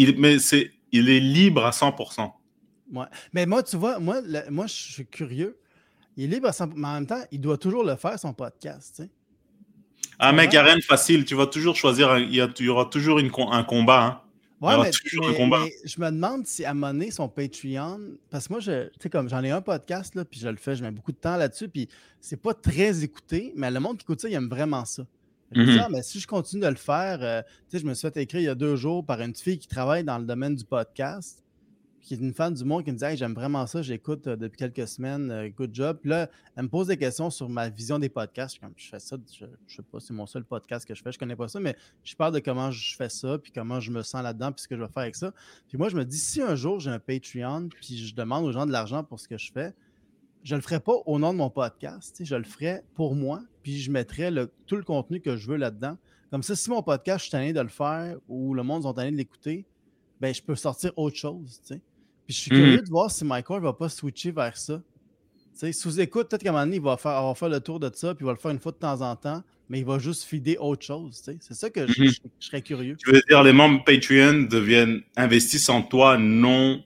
il est libre à 100%. Ouais. Mais moi, tu vois, moi, je suis curieux. Il est libre à 100%, mais en même temps, il doit toujours le faire, son podcast. Tu sais. Ah, mec, il n'y a rien de facile. Tu vas toujours choisir, il y aura toujours un combat. Hein. Ouais, mais je me demande si à un moment donné, son Patreon, parce que moi, tu sais, comme j'en ai un podcast, là, puis je le fais, je mets beaucoup de temps là-dessus, puis c'est pas très écouté, mais le monde qui écoute ça, il aime vraiment ça. Je me dis, mais si je continue de le faire, tu sais, je me suis fait écrire il y a 2 jours par une fille qui travaille dans le domaine du podcast, qui est une fan du monde qui me dit, hey, j'aime vraiment ça, j'écoute depuis quelques semaines, good job. Puis là, elle me pose des questions sur ma vision des podcasts. Je fais ça, je sais pas, c'est mon seul podcast que je fais, je connais pas ça, mais je parle de comment je fais ça, puis comment je me sens là-dedans, puis ce que je vais faire avec ça. Puis moi, je me dis, si un jour j'ai un Patreon, puis je demande aux gens de l'argent pour ce que je fais, je le ferai pas au nom de mon podcast, je le ferai pour moi, puis je mettrai tout le contenu que je veux là-dedans. Comme ça, si mon podcast, je suis tanné de le faire ou le monde sont tannés de l'écouter, ben je peux sortir autre chose, tu sais. Puis je suis curieux de voir si Mike Ward ne va pas switcher vers ça. Sous-écoute, peut-être qu'à un moment donné, il va faire le tour de ça, puis il va le faire une fois de temps en temps, mais il va juste feeder autre chose. C'est ça que je serais curieux. Tu veux dire, les membres Patreon investissent en toi, non.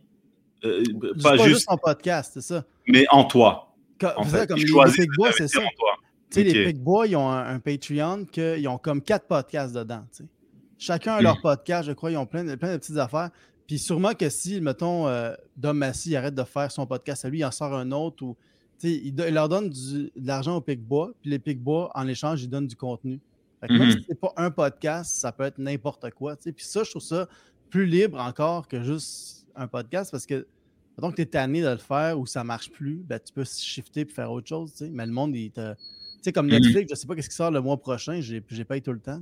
Pas juste en podcast, c'est ça. Mais en toi. Comme les Big Bois, c'est ça. Les Big Bois, ils ont un Patreon qu'ils ont comme 4 podcasts dedans. T'sais. Chacun a leur podcast, je crois, ils ont plein de petites affaires. Puis sûrement que si, mettons, Dom Massy arrête de faire son podcast à lui, il en sort un autre, ou il leur donne de l'argent aux Picbois, puis les Picbois, en échange, ils donnent du contenu. Fait que même si c'est pas un podcast, ça peut être n'importe quoi. Puis ça, je trouve ça plus libre encore que juste un podcast, parce que mettons que tu es tanné de le faire ou ça marche plus, ben, tu peux shifter et faire autre chose. T'sais. Mais le monde, il te... Tu sais, comme Netflix, je sais pas ce qui sort le mois prochain, j'ai payé tout le temps.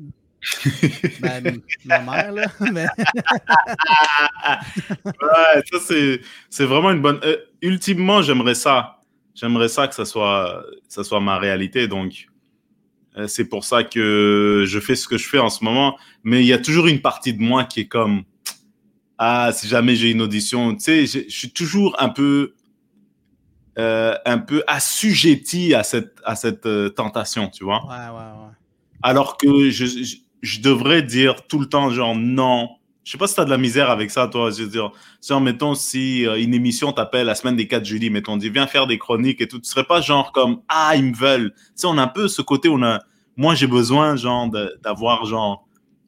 Ben, ma mère, là. Mais... ouais, ça, c'est vraiment une bonne... ultimement, j'aimerais ça. J'aimerais ça que ça soit ma réalité. Donc, c'est pour ça que je fais ce que je fais en ce moment. Mais il y a toujours une partie de moi qui est comme... Ah, si jamais j'ai une audition... Tu sais, je suis toujours un peu assujetti à cette tentation, tu vois. Ouais. Alors que je devrais dire tout le temps, genre, non. Je sais pas si tu as de la misère avec ça, toi. Je veux dire, mettons, si une émission t'appelle la semaine des 4 juillet, mettons, on dit, viens faire des chroniques et tout, tu serais pas genre comme, ah, ils me veulent. Tu sais, on a un peu ce côté, moi, j'ai besoin, genre, d'avoir, genre,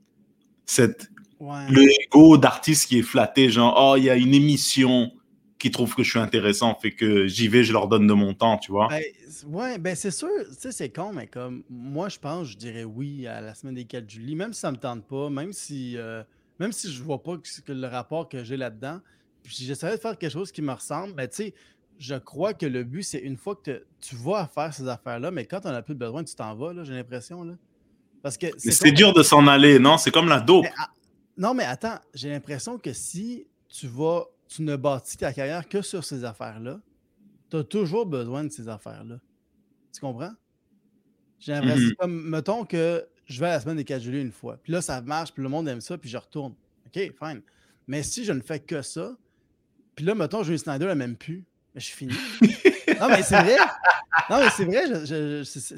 l'ego d'artiste qui est flatté, genre, oh, il y a une émission qui trouve que je suis intéressant, fait que j'y vais, je leur donne de mon temps, tu vois. Ben c'est sûr, tu sais, c'est con, mais comme moi, je pense, je dirais oui à la semaine des 4 juillet, même si ça me tente pas, même si je vois pas que le rapport que j'ai là-dedans, puis j'essaierais de faire quelque chose qui me ressemble, ben tu sais, je crois que le but, c'est une fois que tu vas faire ces affaires-là, mais quand on n'a plus besoin, tu t'en vas, là, j'ai l'impression, là. Parce que c'est dur de s'en aller, non? C'est comme la dope. Non, mais attends, j'ai l'impression que si tu ne bâtis ta carrière que sur ces affaires-là, tu as toujours besoin de ces affaires-là. Tu comprends? J'ai l'impression, comme, mettons que je vais à la semaine des 4 juillet une fois, puis là, ça marche, puis le monde aime ça, puis je retourne. OK, fine. Mais si je ne fais que ça, puis là, mettons, Julie Snyder ne m'aime plus, mais je suis fini. Non, mais c'est vrai. Non, mais c'est vrai, c'est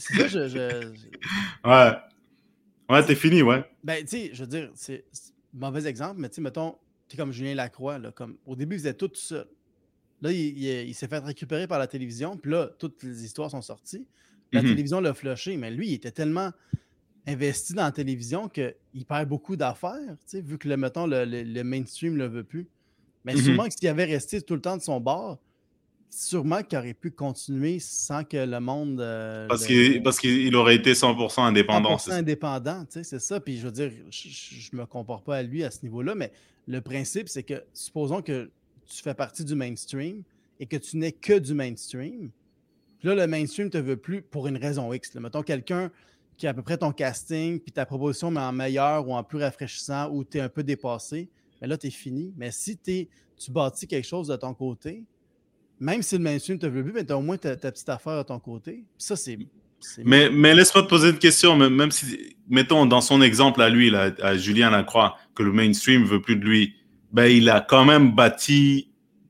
ça, Ouais, t'es fini, ouais. Ben, tu sais, je veux dire, c'est un mauvais exemple, mais tu sais, mettons, tu es comme Julien Lacroix, là, comme, au début, il faisait tout seul. Là, il s'est fait récupérer par la télévision, puis là, toutes les histoires sont sorties. La télévision l'a flushé, mais lui, il était tellement investi dans la télévision qu'il perd beaucoup d'affaires, vu que, mettons, le mainstream ne le veut plus. Mais sûrement que s'il avait resté tout le temps de son bord, sûrement qu'il aurait pu continuer sans que le monde... Parce qu'il aurait été 100% indépendant. 100% indépendant, c'est ça. Puis je veux dire, je me compare pas à lui à ce niveau-là, mais le principe, c'est que, supposons que tu fais partie du mainstream et que tu n'es que du mainstream, puis là, le mainstream ne te veut plus pour une raison X. Là. Mettons quelqu'un qui a à peu près ton casting, puis ta proposition, mais en meilleur ou en plus rafraîchissant, ou tu es un peu dépassé, mais là, tu es fini. Mais si tu bâtis quelque chose de ton côté, même si le mainstream te veut plus, tu as au moins ta petite affaire de ton côté. Puis ça, c'est mais laisse-moi te poser une question, même si, mettons, dans son exemple à lui, là, à Julien Lacroix, que le mainstream veut plus de lui, ben, il a quand même bâti,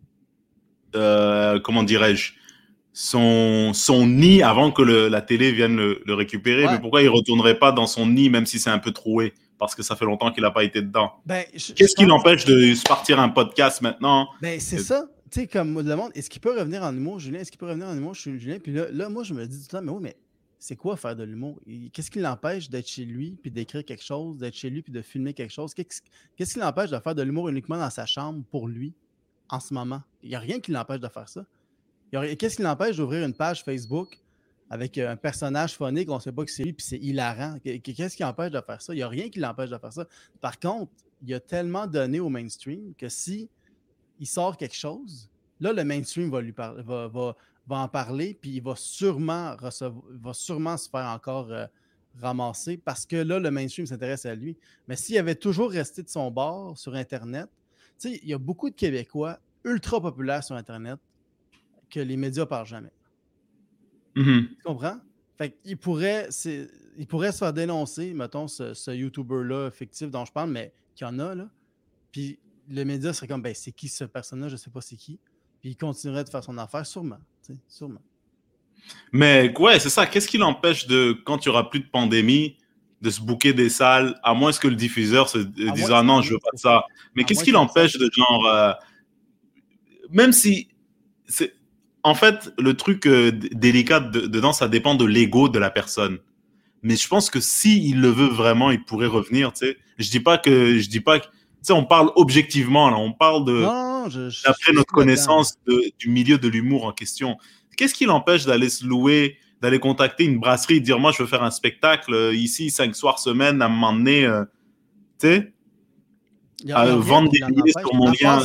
comment dirais-je, son nid avant que la télé vienne le récupérer. Ouais. Mais pourquoi il retournerait pas dans son nid, même si c'est un peu troué? Parce que ça fait longtemps qu'il n'a pas été dedans. Qu'est-ce qui l'empêche de se partir un podcast maintenant? Ben, c'est ça. Tu sais, comme le monde, est-ce qu'il peut revenir en humour, Julien? Est-ce qu'il peut revenir en humour, Julien? Puis là, moi, je me dis tout le temps, mais oui, mais c'est quoi faire de l'humour? Qu'est-ce qui l'empêche d'être chez lui, puis d'écrire quelque chose, d'être chez lui, puis de filmer quelque chose? Qu'est-ce qui l'empêche de faire de l'humour uniquement dans sa chambre pour lui, en ce moment? Il n'y a rien qui l'empêche de faire ça. Qu'est-ce qui l'empêche d'ouvrir une page Facebook avec un personnage phonique, on ne sait pas que c'est lui, puis c'est hilarant? Qu'est-ce qui l'empêche de faire ça? Il n'y a rien qui l'empêche de faire ça. Par contre, il a tellement donné au mainstream que si il sort quelque chose, là, le mainstream va lui parler, va en parler, puis il va sûrement se faire encore ramasser parce que là, le mainstream s'intéresse à lui. Mais s'il avait toujours resté de son bord sur Internet, tu sais, il y a beaucoup de Québécois ultra populaires sur Internet que les médias ne parlent jamais. Tu comprends? Fait qu'il pourrait se faire dénoncer, mettons, ce YouTuber-là fictif dont je parle, mais qu'il y en a, là. Puis le média serait comme, ben, c'est qui ce personnage? Je ne sais pas c'est qui. Puis il continuerait de faire son affaire, sûrement. Sûrement. Mais ouais, c'est ça. Qu'est-ce qui l'empêche quand il n'y aura plus de pandémie, de se booker des salles, à moins que le diffuseur se dise, ah non, je veux pas de ça. Mais qu'est-ce qui l'empêche de genre... même si... En fait, le truc délicat dedans, ça dépend de l'ego de la personne. Mais je pense que s'il le veut vraiment, il pourrait revenir, tu sais. Je dis pas que... Tu sais, on parle objectivement, là. On parle d'après notre connaissance du milieu de l'humour en question. Qu'est-ce qui l'empêche d'aller se louer, d'aller contacter une brasserie et dire, moi, je veux faire un spectacle ici, 5 soirs semaine, à m'emmener, tu sais, à vendre des billets sur mon lien.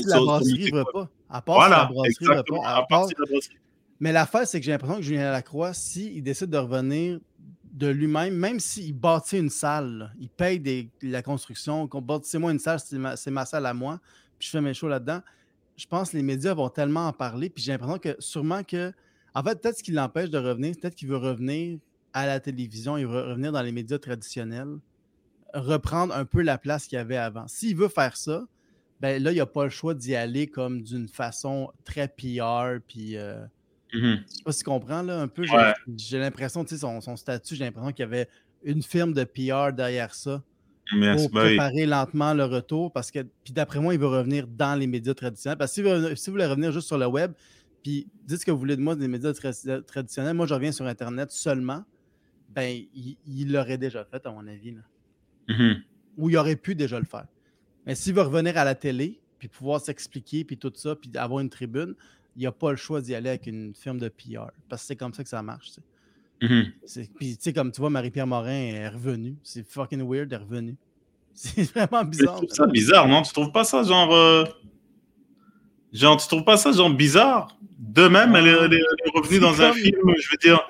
À part si la brasserie veut pas. Mais l'affaire, c'est que j'ai l'impression que Julien Lacroix, s'il décide de revenir de lui-même, même s'il bâtit une salle, là, il paye la construction, bâtissez-moi une salle, c'est ma salle à moi, puis je fais mes shows là-dedans, je pense que les médias vont tellement en parler, puis j'ai l'impression que sûrement que, en fait, peut-être ce qui l'empêche de revenir, peut-être qu'il veut revenir à la télévision, il veut revenir dans les médias traditionnels, reprendre un peu la place qu'il y avait avant. S'il veut faire ça, ben là, il n'y a pas le choix d'y aller comme d'une façon très PR, puis... Je ne sais pas si tu comprends, là, un peu. J'ai l'impression, tu sais, son statut, j'ai l'impression qu'il y avait une firme de PR derrière ça pour préparer lentement le retour. Parce que, puis d'après moi, il veut revenir dans les médias traditionnels. Parce que si vous voulez revenir juste sur le web, puis dites ce que vous voulez de moi des médias traditionnels, moi, je reviens sur Internet seulement, ben, il l'aurait déjà fait, à mon avis. Là. Ou il aurait pu déjà le faire. Mais s'il veut revenir à la télé, puis pouvoir s'expliquer, puis tout ça, puis avoir une tribune, il n'y a pas le choix d'y aller avec une firme de PR. Parce que c'est comme ça que ça marche. Puis, tu sais, comme tu vois, Marie-Pierre Morin est revenue. C'est fucking weird, elle est revenue. C'est vraiment bizarre. Je trouve ça bizarre, non? Tu trouves pas ça genre... tu trouves pas ça genre bizarre? De même, elle est revenue dans un film, je veux dire...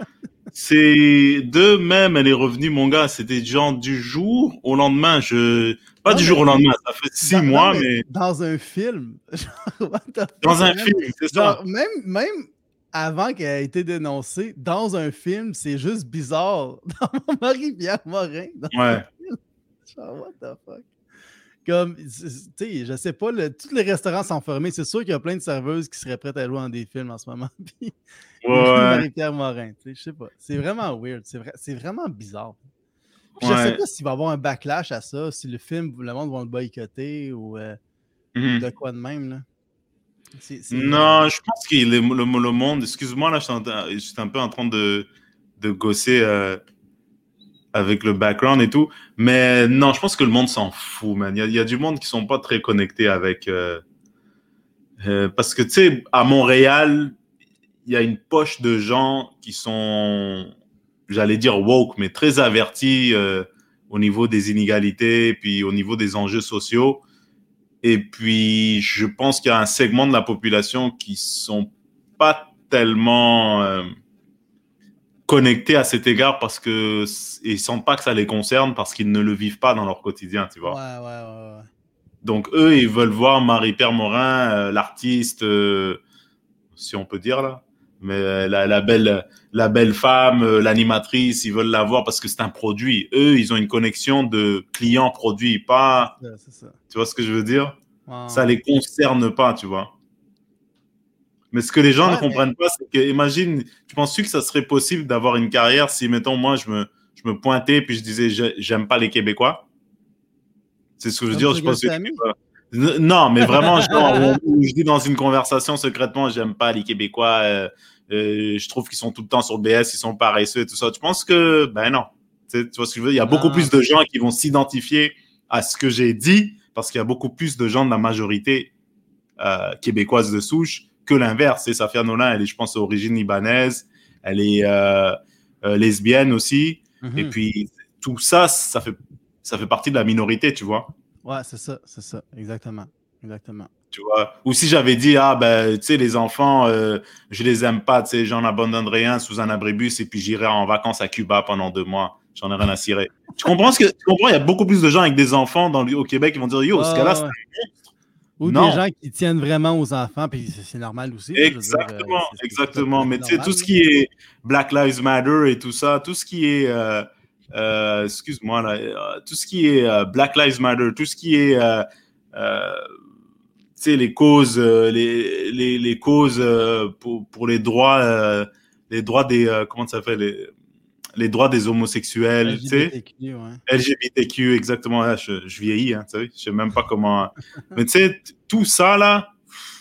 De même, elle est revenue, mon gars. C'était genre du jour au lendemain. Pas du jour au lendemain, ça fait 6 mois, mais... Dans un film. Dans un film, c'est ça. Même avant qu'elle ait été dénoncée, dans un film, c'est juste bizarre. Dans Marie-Pierre Morin. Ouais. Genre, what the fuck? Comme, tu sais, je sais pas, tous les restaurants sont fermés. C'est sûr qu'il y a plein de serveuses qui seraient prêtes à jouer dans des films en ce moment. Puis, Marie-Pierre Morin, tu sais, je sais pas. C'est vraiment weird. C'est vraiment bizarre. Puis je sais pas s'il va y avoir un backlash à ça, si le monde va le boycotter ou de quoi de même, là. Non, je pense que le monde, excuse-moi, là, je suis un peu en train de gosser avec le background et tout. Mais non, je pense que le monde s'en fout, man. Il y a du monde qui sont pas très connectés avec... parce que, tu sais, à Montréal, il y a une poche de gens qui sont, j'allais dire woke, mais très avertis au niveau des inégalités, puis au niveau des enjeux sociaux. Et puis, je pense qu'il y a un segment de la population qui sont pas tellement connectés à cet égard parce que ils sentent pas que ça les concerne parce qu'ils ne le vivent pas dans leur quotidien, tu vois. Ouais. Donc, eux, ils veulent voir Marie-Pierre Morin, l'artiste, si on peut dire là, mais la belle femme, l'animatrice, ils veulent la voir parce que c'est un produit. Eux, ils ont une connexion de client-produit, pas, C'est ça. tu vois ce que je veux dire? Ça Ouais. les concerne pas, tu vois. Mais ce que les gens ne Ouais, mais comprennent pas, c'est que, imagine, tu penses-tu que ça serait possible d'avoir une carrière si, mettons, moi, je me pointais puis je disais, j'aime pas les Québécois? C'est ce que je veux comme dire, je Sugar pense que Sammy? non, mais vraiment, genre, où je dis dans une conversation secrètement, j'aime pas les Québécois, je trouve qu'ils sont tout le temps sur BS, ils sont paresseux et tout ça. Tu penses que, ben non. Tu vois ce que je veux dire? Il y a beaucoup Non, plus de gens qui vont s'identifier à ce que j'ai dit parce qu'il y a beaucoup plus de gens de la majorité québécoise de souche que l'inverse. Et Safia Nolin, elle est, je pense, d'origine libanaise, elle est lesbienne aussi. Et puis, tout ça, ça fait partie de la minorité, tu vois. ouais, c'est ça, exactement. Tu vois. Ou si j'avais dit, ah, ben, tu sais, les enfants, je les aime pas, tu sais, j'en abandonnerai un sous un abribus et puis j'irai en vacances à Cuba pendant 2 mois. J'en ai rien à cirer. Tu comprends tu comprends? Il y a beaucoup plus de gens avec des enfants au Québec qui vont dire, yo, ce gars-là, c'est Ouais. Ou des non. gens qui tiennent vraiment aux enfants, puis c'est normal aussi, là, je veux dire, Exactement, c'est tout à exactement. fait Mais tu sais, tout normal, ce là. qui est Black Lives Matter et tout ça, tout ce qui est, excuse-moi là, tout ce qui est Black Lives Matter, tout ce qui est, tu sais, les causes, les causes pour les droits des, comment ça s'appelle, les droits des homosexuels, tu sais. LGBTQ, ouais. LGBTQ, exactement. Là, je vieillis, hein, tu sais. Je sais même pas comment. Mais tu sais, tout ça là,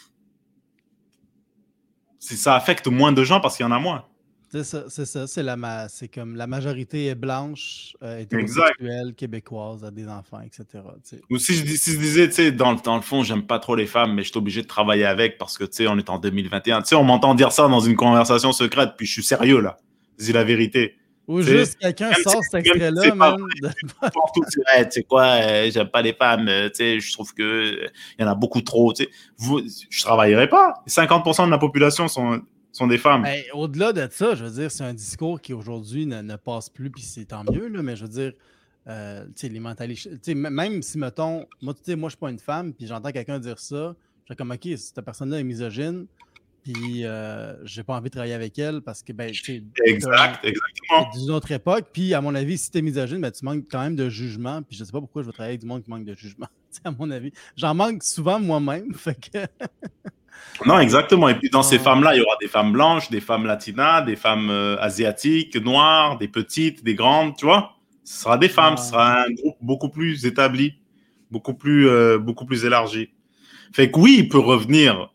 ça affecte moins de gens parce qu'il y en a moins. C'est ça, c'est comme la majorité est blanche, Exact. hétérosexuelle, québécoise, a des enfants, etc. Tu sais. Ou si je disais, tu sais, dans le fond, j'aime pas trop les femmes, mais je suis obligé de travailler avec parce que, tu sais, on est en 2021. Tu sais, on m'entend dire ça dans une conversation secrète, puis je suis sérieux, là. C'est la vérité. Ou Tu sais, juste quelqu'un même si, sort cet même si c'est extrait-là, pas man. n'importe où, tu sais, tu sais quoi, j'aime pas les femmes, tu sais, je trouve que il y en a beaucoup trop, tu sais. Je travaillerai pas. 50% de la population sont des femmes. Ben, au-delà de ça, je veux dire, c'est un discours qui aujourd'hui ne passe plus, puis c'est tant mieux, là, mais je veux dire, tu sais, les mentalités. Tu sais, même si, mettons, moi, tu sais, moi, je suis pas une femme, puis j'entends quelqu'un dire ça, je suis comme, OK, cette personne-là est misogyne, puis j'ai pas envie de travailler avec elle parce que, ben, tu sais, Exact, t'es exactement. d'une autre époque, puis à mon avis, si t'es misogyne, ben, tu manques quand même de jugement, puis je sais pas pourquoi je veux travailler avec du monde qui manque de jugement, tu sais, à mon avis. J'en manque souvent moi-même, fait que. Non, exactement. Et puis dans ces Ah, femmes-là, il y aura des femmes blanches, des femmes latinas, des femmes asiatiques, noires, des petites, des grandes, tu vois. Ce sera des femmes, ce ah, sera un groupe beaucoup plus établi, beaucoup plus élargi. Fait que oui, il peut revenir.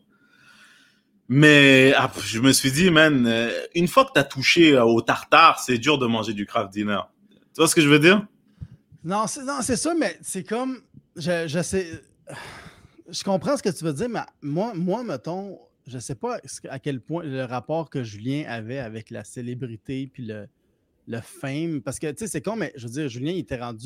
Mais je me suis dit, man, une fois que tu as touché au tartare, c'est dur de manger du craft dinner. Tu vois ce que je veux dire? non, c'est ça, mais c'est comme. Je sais. Je comprends ce que tu veux dire, mais moi mettons, je sais pas à quel point le rapport que Julien avait avec la célébrité puis le fame. Parce que, tu sais, c'est con, mais je veux dire, Julien,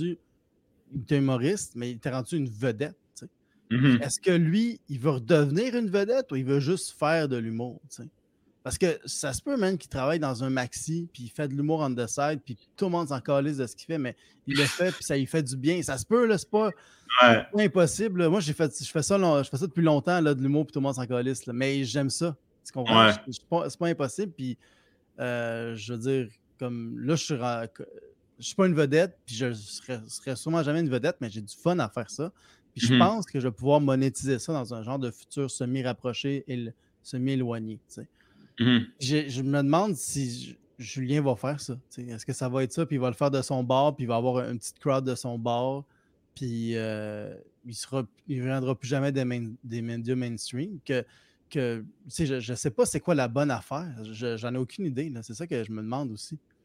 il était humoriste, mais il était rendu une vedette. Tu sais. Puis Mhm. est-ce que lui, il veut redevenir une vedette ou il veut juste faire de l'humour? Tu sais? Parce que ça se peut, même qu'il travaille dans un maxi, puis il fait de l'humour on the side, puis tout le monde s'en calisse de ce qu'il fait, mais il le fait, puis ça lui fait du bien. Ça se peut, là, c'est pas Ouais, impossible. Là. Moi, je fais ça depuis longtemps, là, de l'humour, puis tout le monde s'en calisse, là. Mais j'aime ça. Tu comprends? ouais. C'est pas impossible, puis je veux dire, comme là, je suis pas une vedette, puis je serais sûrement jamais une vedette, mais j'ai du fun à faire ça. Puis je Mhm. pense que je vais pouvoir monétiser ça dans un genre de futur semi-rapproché et semi-éloigné. Tu sais. Mhm. Je me demande si Julien va faire ça. Tu sais. Est-ce que ça va être ça, puis il va le faire de son bar, puis il va avoir une petite crowd de son bar, puis il ne viendra plus jamais des médias mainstream. Tu sais, je ne sais pas c'est quoi la bonne affaire. J'en ai aucune idée. Là. C'est ça que je me demande aussi.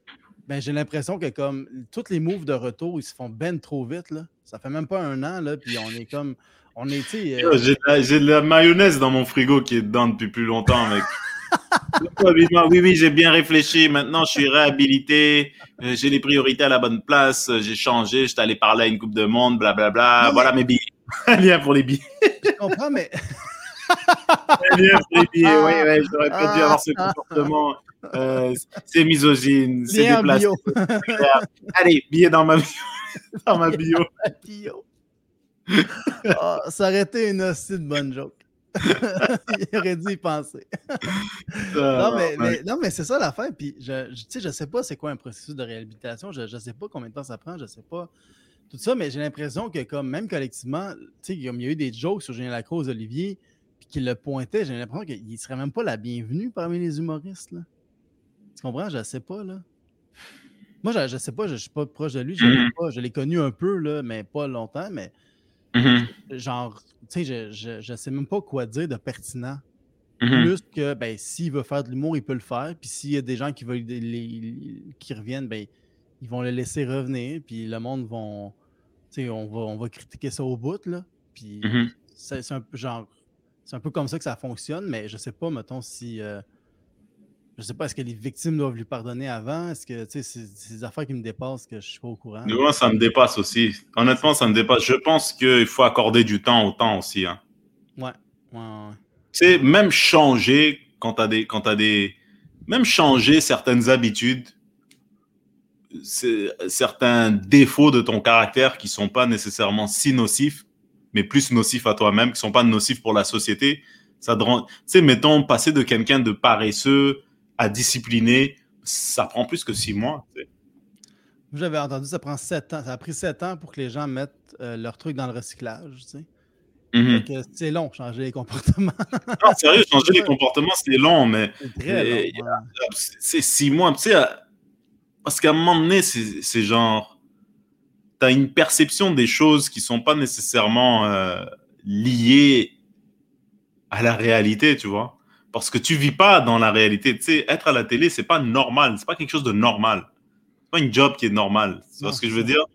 Ben, j'ai l'impression que comme tous les moves de retour, ils se font ben trop vite. Là. Ça fait même pas un an, là, puis on est comme. On est, tu sais. Yo, j'ai de la mayonnaise dans mon frigo qui est dedans depuis plus longtemps, mec. Oui, oui, j'ai bien réfléchi. Maintenant, je suis réhabilité. J'ai les priorités à la bonne place. J'ai changé. J'étais allé parler à une coupe de monde, blablabla. Non, Voilà mes billets. Un lien pour les billets. je comprends, mais. Un lien pour les billets. Oui, oui, j'aurais pas dû avoir ce comportement. C'est misogyne, c'est Lien en déplacé. bio. Allez, billets dans ma bio. Dans ma bio. Bio. Ah, ça aurait été une aussi de bonne joke. Il aurait dû y penser. Non, mais c'est ça l'affaire. Puis, je sais pas c'est quoi un processus de réhabilitation. Je sais pas combien de temps ça prend. Je sais pas tout ça. Mais j'ai l'impression que, comme même collectivement, il y a eu des jokes sur Julien Lacroix, Olivier, puis qu'il le pointait. J'ai l'impression qu'il serait même pas la bienvenue parmi les humoristes. Là. Tu comprends? Je sais pas. Là. Moi, je sais pas. Je suis pas proche de lui. Je l'ai connu un peu, là, mais pas longtemps. Mais genre, tu sais, je sais même pas quoi dire de pertinent. Plus que, ben, s'il veut faire de l'humour, il peut le faire. Puis s'il y a des gens qui veulent qui reviennent, ben, ils vont le laisser revenir. Puis le monde vont, tu sais, on va critiquer ça au bout, là. Puis c'est un peu genre, c'est un peu comme ça que ça fonctionne. Mais je sais pas, mettons, si, je sais pas, est-ce que les victimes doivent lui pardonner avant? Est-ce que, tu sais, c'est des affaires qui me dépassent que je suis pas au courant. Moi, ça me dépasse aussi. Honnêtement, ça me dépasse. Je pense qu'il faut accorder du temps au temps aussi. Hein. Ouais. Tu sais, même changer même changer certaines habitudes, certains défauts de ton caractère qui sont pas nécessairement si nocifs, mais plus nocifs à toi-même, qui sont pas nocifs pour la société. Ça te rend, tu sais, mettons, passer de quelqu'un de paresseux à discipliné, ça prend plus que 6 mois. Tu sais. J'avais entendu, ça prend 7 ans. Ça a pris 7 ans pour que les gens mettent leur truc dans le recyclage, tu sais. Fait que c'est long, changer les comportements. Non, sérieux, changer les comportements, c'est long, mais c'est très long. C'est 6 mois. Tu sais, parce qu'à un moment donné, c'est genre, tu as une perception des choses qui sont pas nécessairement liées à la réalité, tu vois. Parce que tu vis pas dans la réalité. Tu sais, être à la télé, c'est pas normal. C'est pas quelque chose de normal. C'est pas une job qui est normale. Tu vois ce que je veux dire?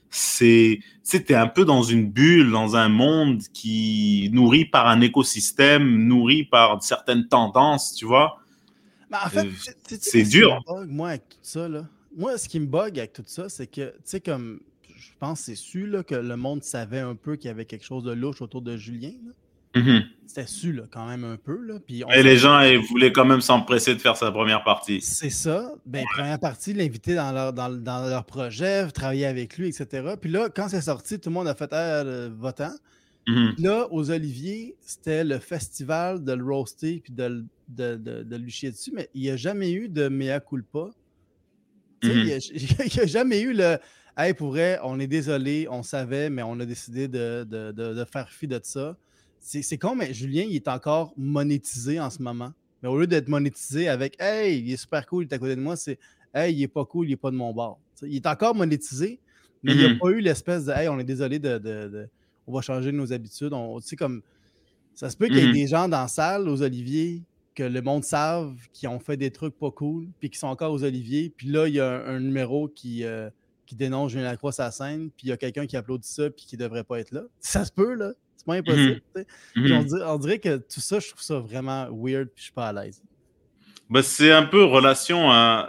T'es un peu dans une bulle, dans un monde qui nourri par un écosystème, nourri par certaines tendances, tu vois. Mais en fait, c'est dur. Moi, avec tout ça, là, moi, ce qui me bug avec tout ça, c'est que, tu sais, comme, je pense que c'est su là, que le monde savait un peu qu'il y avait quelque chose de louche autour de Julien. Là. C'était su là, quand même un peu. Là, puis et les gens voulaient quand même s'empresser de faire sa première partie. C'est ça. Ben, première partie, l'inviter dans leur projet, travailler avec lui, etc. Puis là, quand c'est sorti, tout le monde a fait votant. Là, aux Oliviers, c'était le festival de le roaster puis de lui chier dessus, mais il n'y a jamais eu de mea culpa. Il n'y a jamais eu le « Hey, pour vrai, on est désolé, on savait, mais on a décidé de faire fi de ça. » C'est con, mais Julien, il est encore monétisé en ce moment. Mais au lieu d'être monétisé avec « Hey, il est super cool, il est à côté de moi », c'est « Hey, il est pas cool, il est pas de mon bord. » Il est encore monétisé, mais il n'y a pas eu l'espèce de « Hey, on est désolé on va changer nos habitudes. » Comme ça se peut qu'il y ait des gens dans la salle aux Oliviers que le monde savent qui ont fait des trucs pas cool puis qui sont encore aux Oliviers. Puis là, il y a un numéro qui dénonce Julien Lacroix sa scène, puis il y a quelqu'un qui applaudit ça puis qui devrait pas être là. Ça se peut, là. C'est pas impossible. On dirait que tout ça, je trouve ça vraiment weird puis je suis pas à l'aise. Ben, c'est un peu relation à...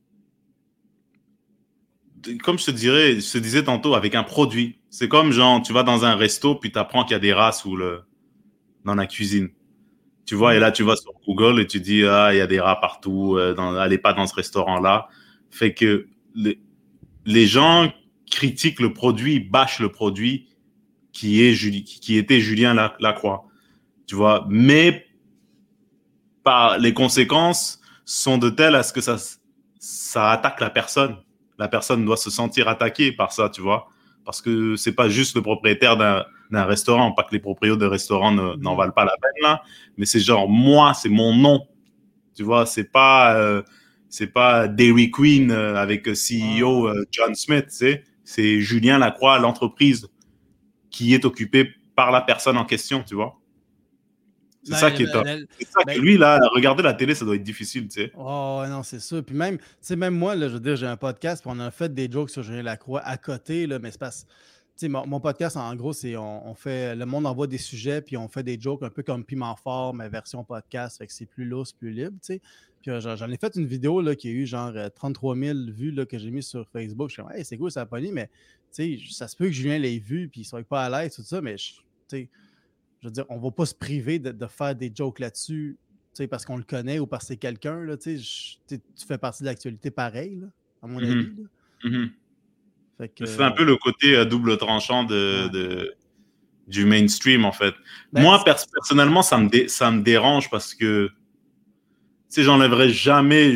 Comme je te disais tantôt, avec un produit. C'est comme genre, tu vas dans un resto puis tu apprends qu'il y a des rats dans la cuisine. Tu vois, et là, tu vas sur Google et tu dis, ah, il y a des rats partout, allez pas dans ce restaurant-là. Fait que les gens critiquent le produit, bâchent le produit qui était Julien Lacroix. Tu vois, mais les conséquences sont de telles à ce que ça attaque la personne. La personne doit se sentir attaquée par ça, tu vois. Parce que c'est pas juste le propriétaire d'un restaurant, pas que les propriétaires de restaurants n'en valent pas la peine, là. Mais c'est genre, moi, c'est mon nom. Tu vois, c'est pas Dairy Queen avec CEO John Smith, tu sais. C'est Julien Lacroix, l'entreprise qui est occupée par la personne en question, tu vois. C'est ça qui est top. C'est ça que lui, là, regarder la télé, ça doit être difficile, tu sais. Oh, non, c'est ça. Puis même, tu sais, même moi, là, je veux dire, j'ai un podcast, puis on a fait des jokes sur Julien Lacroix à côté, là, mais c'est parce tu sais, mon podcast, en gros, c'est on fait, le monde envoie des sujets, puis on fait des jokes un peu comme Piment Fort, mais version podcast, fait que c'est plus loose, plus libre, tu sais. Puis j'en ai fait une vidéo là, qui a eu genre 33 000 vues là, que j'ai mis sur Facebook. Je suis comme, hey, c'est cool, ça a pogné, mais tu sais, ça se peut que Julien l'ait vu, puis il soit pas à l'aise, tout ça, mais tu sais, je veux dire, on va pas se priver de faire des jokes là-dessus, tu sais, parce qu'on le connaît ou parce que c'est quelqu'un, là, tu sais, tu fais partie de l'actualité pareil, là, à mon avis. Là. Fait que, c'est un peu le côté double tranchant du mainstream, en fait. Ben, moi, personnellement, ça me dérange parce que, tu sais, j'enlèverai jamais.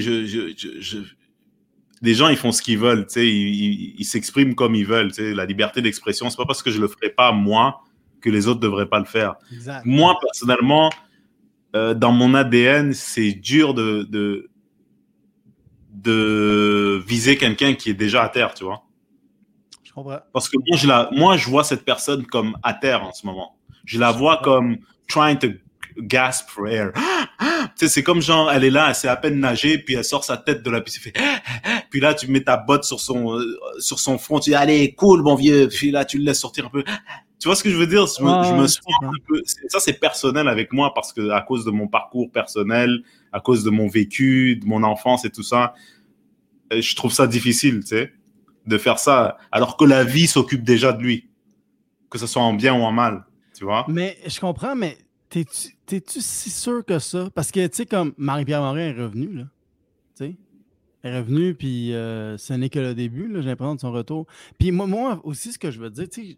Les gens, ils font ce qu'ils veulent, tu sais, ils s'expriment comme ils veulent, tu sais, la liberté d'expression. C'est pas parce que je le ferai pas moi que les autres devraient pas le faire. Exact. Moi, personnellement, dans mon ADN, c'est dur de viser quelqu'un qui est déjà à terre, tu vois. Je comprends. Parce que moi, je vois cette personne comme à terre en ce moment. Je la vois comme trying to gasp for air. Tu sais, c'est comme genre, elle est là, elle sait à peine nager, puis elle sort sa tête de la piscine, puis là, tu mets ta botte sur son front, tu dis, allez, cool, bon vieux, puis là, tu le laisses sortir un peu. Tu vois ce que je veux dire? Je me sens un peu, ça, c'est personnel avec moi parce que à cause de mon parcours personnel, à cause de mon vécu, de mon enfance et tout ça, je trouve ça difficile, tu sais, de faire ça, alors que la vie s'occupe déjà de lui, que ce soit en bien ou en mal, tu vois? Mais je comprends, mais t'es-tu si sûr que ça? Parce que, tu sais, comme Marie-Pierre Morin est revenue, là, tu sais, elle est revenue, puis ce n'est que le début, là, j'ai l'impression de son retour. Puis moi aussi, ce que je veux dire, tu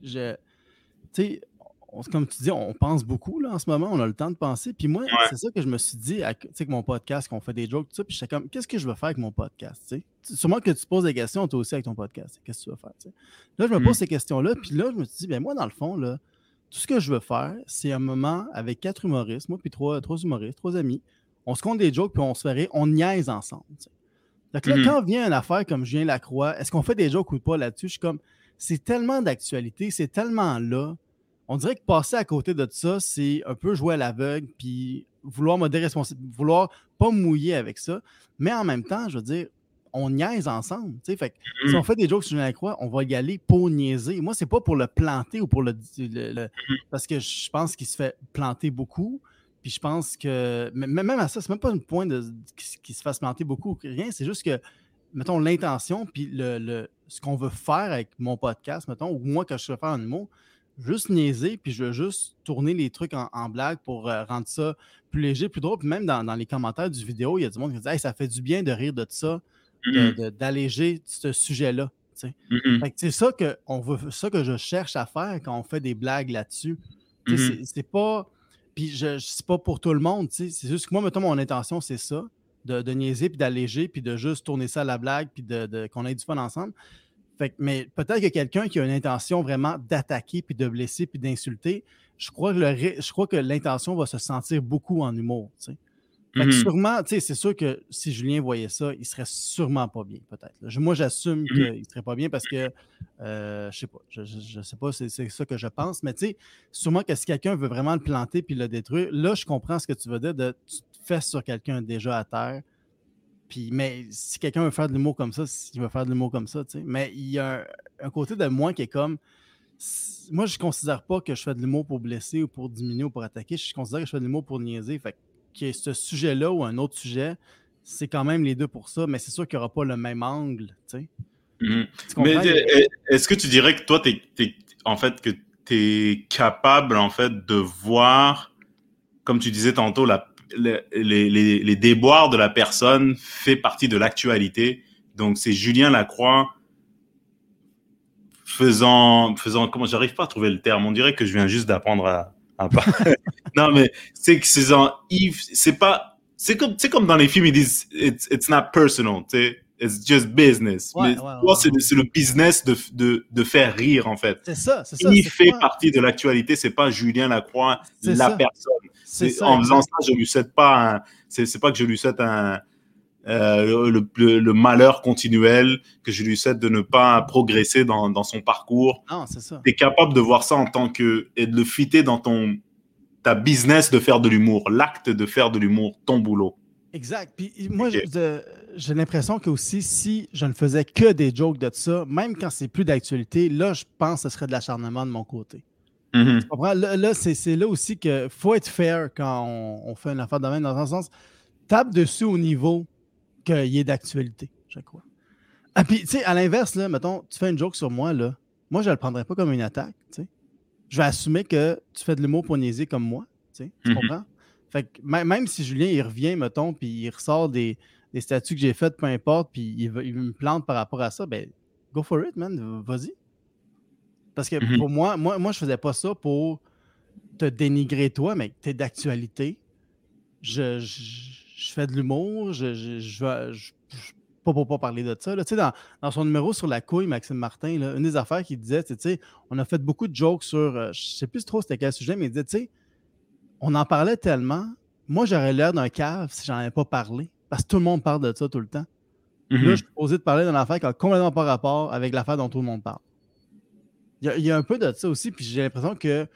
sais, comme tu dis, on pense beaucoup là, en ce moment, on a le temps de penser. Puis moi, c'est ça que je me suis dit, tu sais, que mon podcast, qu'on fait des jokes, tout ça, puis j'étais comme, qu'est-ce que je veux faire avec mon podcast? T'sais? Sûrement que tu te poses des questions, toi aussi, avec ton podcast. Qu'est-ce que tu veux faire? T'sais? Là, je me pose ces questions-là, puis là, je me suis dit, bien, moi, dans le fond, là, tout ce que je veux faire, c'est un moment avec 4 humoristes, moi, puis trois humoristes, 3 amis. On se compte des jokes, puis on niaise ensemble. T'sais. Donc là, quand vient une affaire comme Julien Lacroix, est-ce qu'on fait des jokes ou pas là-dessus? Je suis comme, c'est tellement d'actualité, c'est tellement là. On dirait que passer à côté de ça, c'est un peu jouer à l'aveugle, puis vouloir vouloir pas mouiller avec ça. Mais en même temps, je veux dire, on niaise ensemble. Fait que, si on fait des jokes sur Julien Lacroix, on va y aller pour niaiser. Moi, c'est pas pour le planter ou pour parce que je pense qu'il se fait planter beaucoup. Puis je pense que, même à ça, c'est même pas un point qu'il se fasse planter beaucoup. Rien, c'est juste que, mettons, l'intention, puis ce qu'on veut faire avec mon podcast, mettons, ou moi, que je veux faire en humour, juste niaiser, puis je veux juste tourner les trucs en blague pour rendre ça plus léger, plus drôle. Puis même dans les commentaires du vidéo, il y a du monde qui dit hey, ça fait du bien de rire de ça, d'alléger ce sujet-là. Fait que c'est ça que je cherche à faire quand on fait des blagues là-dessus. C'est pas. Puis c'est pas pour tout le monde. C'est juste que moi, mettons, mon intention, c'est ça, de niaiser, puis d'alléger, puis de juste tourner ça à la blague, puis qu'on ait du fun ensemble. Fait que, mais peut-être que quelqu'un qui a une intention vraiment d'attaquer, puis de blesser, puis d'insulter, je crois que l'intention va se sentir beaucoup en humour. T'sais. Fait que sûrement, c'est sûr que si Julien voyait ça, il serait sûrement pas bien, peut-être. Moi, j'assume qu'il serait pas bien parce que, je sais pas, je sais pas, c'est ça que je pense, mais tu sais, sûrement que si quelqu'un veut vraiment le planter puis le détruire, là, je comprends ce que tu veux dire, tu te fesses sur quelqu'un déjà à terre. Puis, mais si quelqu'un veut faire de l'humour comme ça, il va faire de l'humour comme ça, tu sais. Mais il y a un côté de moi qui est comme, moi, je considère pas que je fais de l'humour pour blesser ou pour diminuer ou pour attaquer, je considère que je fais de l'humour pour niaiser, fait que ce sujet-là ou un autre sujet, c'est quand même les deux pour ça, mais c'est sûr qu'il n'y aura pas le même angle, tu sais. Mais est-ce que tu dirais que toi, en fait, que tu es capable, en fait, de voir, comme tu disais tantôt, les déboires de la personne fait partie de l'actualité. Donc, c'est Julien Lacroix faisant comment, j'arrive pas à trouver le terme. On dirait que je viens juste d'apprendre à parler. Non, mais c'est que c'est comme dans les films, ils disent it's not personal, tu sais. It's just business. Mais toi, c'est le business de faire rire, en fait. C'est ça. Il fait partie de l'actualité. C'est pas Julien Lacroix, personne. En faisant ça, je lui souhaite pas c'est pas que je lui souhaite le malheur continuel, que je lui souhaite de ne pas progresser dans son parcours. Non, c'est ça. Tu es capable de voir ça en tant que, et de le fitter dans ta business de faire de l'humour, l'acte de faire de l'humour, ton boulot. Exact. Puis moi, j'ai l'impression que aussi, si je ne faisais que des jokes de ça, même quand c'est plus d'actualité, là, je pense que ce serait de l'acharnement de mon côté. Mm-hmm. Tu comprends? Là, c'est là aussi qu'il faut être fair quand on fait une affaire de même, dans un sens, tape dessus au niveau qu'il y ait d'actualité, je crois. Ah, puis, tu sais, à l'inverse, là, mettons, tu fais une joke sur moi, là, moi, je ne le prendrais pas comme une attaque, tu sais. Je vais assumer que tu fais de l'humour pour niaiser comme moi, tu sais, tu comprends? Fait que même si Julien, il revient, mettons, puis il ressort des statuts que j'ai faites, peu importe, puis il me plante par rapport à ça, ben, go for it, man, vas-y. Parce que pour moi, je faisais pas ça pour te dénigrer toi, mais t'es d'actualité. Je fais de l'humour, pas pour pas parler de ça. Là. Tu sais, dans son numéro sur la couille, Maxime Martin, là, une des affaires qu'il disait, tu sais, on a fait beaucoup de jokes sur, je sais plus trop c'était quel sujet, mais il disait, tu sais, on en parlait tellement, moi j'aurais l'air d'un cave si j'en avais pas parlé, parce que tout le monde parle de ça tout le temps. Là, je suis posé de parler d'une affaire qui a complètement pas rapport avec l'affaire dont tout le monde parle. Il y a un peu de ça aussi, puis j'ai l'impression que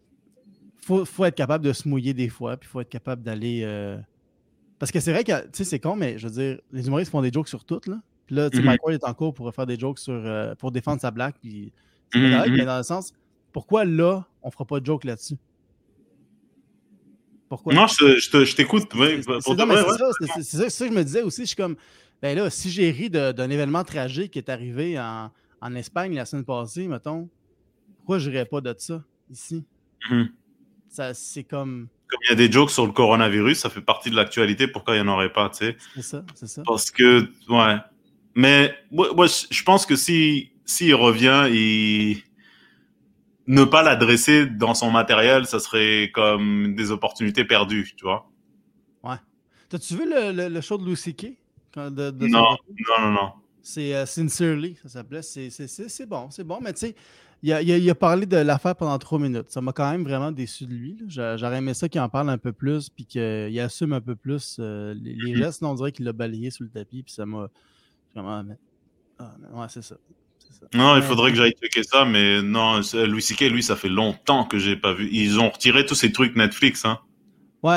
faut être capable de se mouiller des fois, puis il faut être capable d'aller... Parce que c'est vrai que, tu sais, c'est con, mais je veux dire, les humoristes font des jokes sur tout, là. Puis là, tu sais, Mike Ward est en cours pour faire des jokes pour défendre sa blague, puis c'est pas correct, mais dans le sens, pourquoi là, on fera pas de joke là-dessus? Pourquoi? Non, je t'écoute. C'est ça que je me disais aussi. Je suis comme, ben là, si j'ai ri d'un événement tragique qui est arrivé en Espagne la semaine passée, mettons, pourquoi je rirais pas de ça ici? Ça, c'est comme... Comme il y a des jokes sur le coronavirus, ça fait partie de l'actualité, pourquoi il n'y en aurait pas, tu sais? C'est ça. Parce que, ouais. Mais moi, je pense que s'il revient, ne pas l'adresser dans son matériel, ça serait comme des opportunités perdues, tu vois? Ouais. T'as-tu vu le show de Louis C.K.? Non. C'est Sincerely, ça s'appelait. C'est bon, mais tu sais, il a parlé de l'affaire pendant 3 minutes. Ça m'a quand même vraiment déçu de lui. J'aurais aimé ça qu'il en parle un peu plus, puis qu'il assume un peu plus les gestes. Sinon, on dirait qu'il l'a balayé sous le tapis, puis ça m'a vraiment... ouais, c'est ça. Non, il faudrait que j'aille checker ça, mais non, Louis C.K., lui, ça fait longtemps que j'ai pas vu. Ils ont retiré tous ces trucs Netflix, hein. Ouais.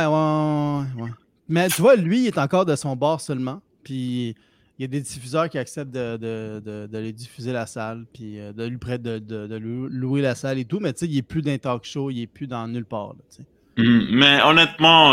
Mais tu vois, lui, il est encore de son bord seulement, puis il y a des diffuseurs qui acceptent de lui diffuser la salle, puis de lui prêter de louer la salle et tout, mais tu sais, il n'est plus d'un talk show, il n'est plus dans nulle part. Là, tu sais. Mais honnêtement,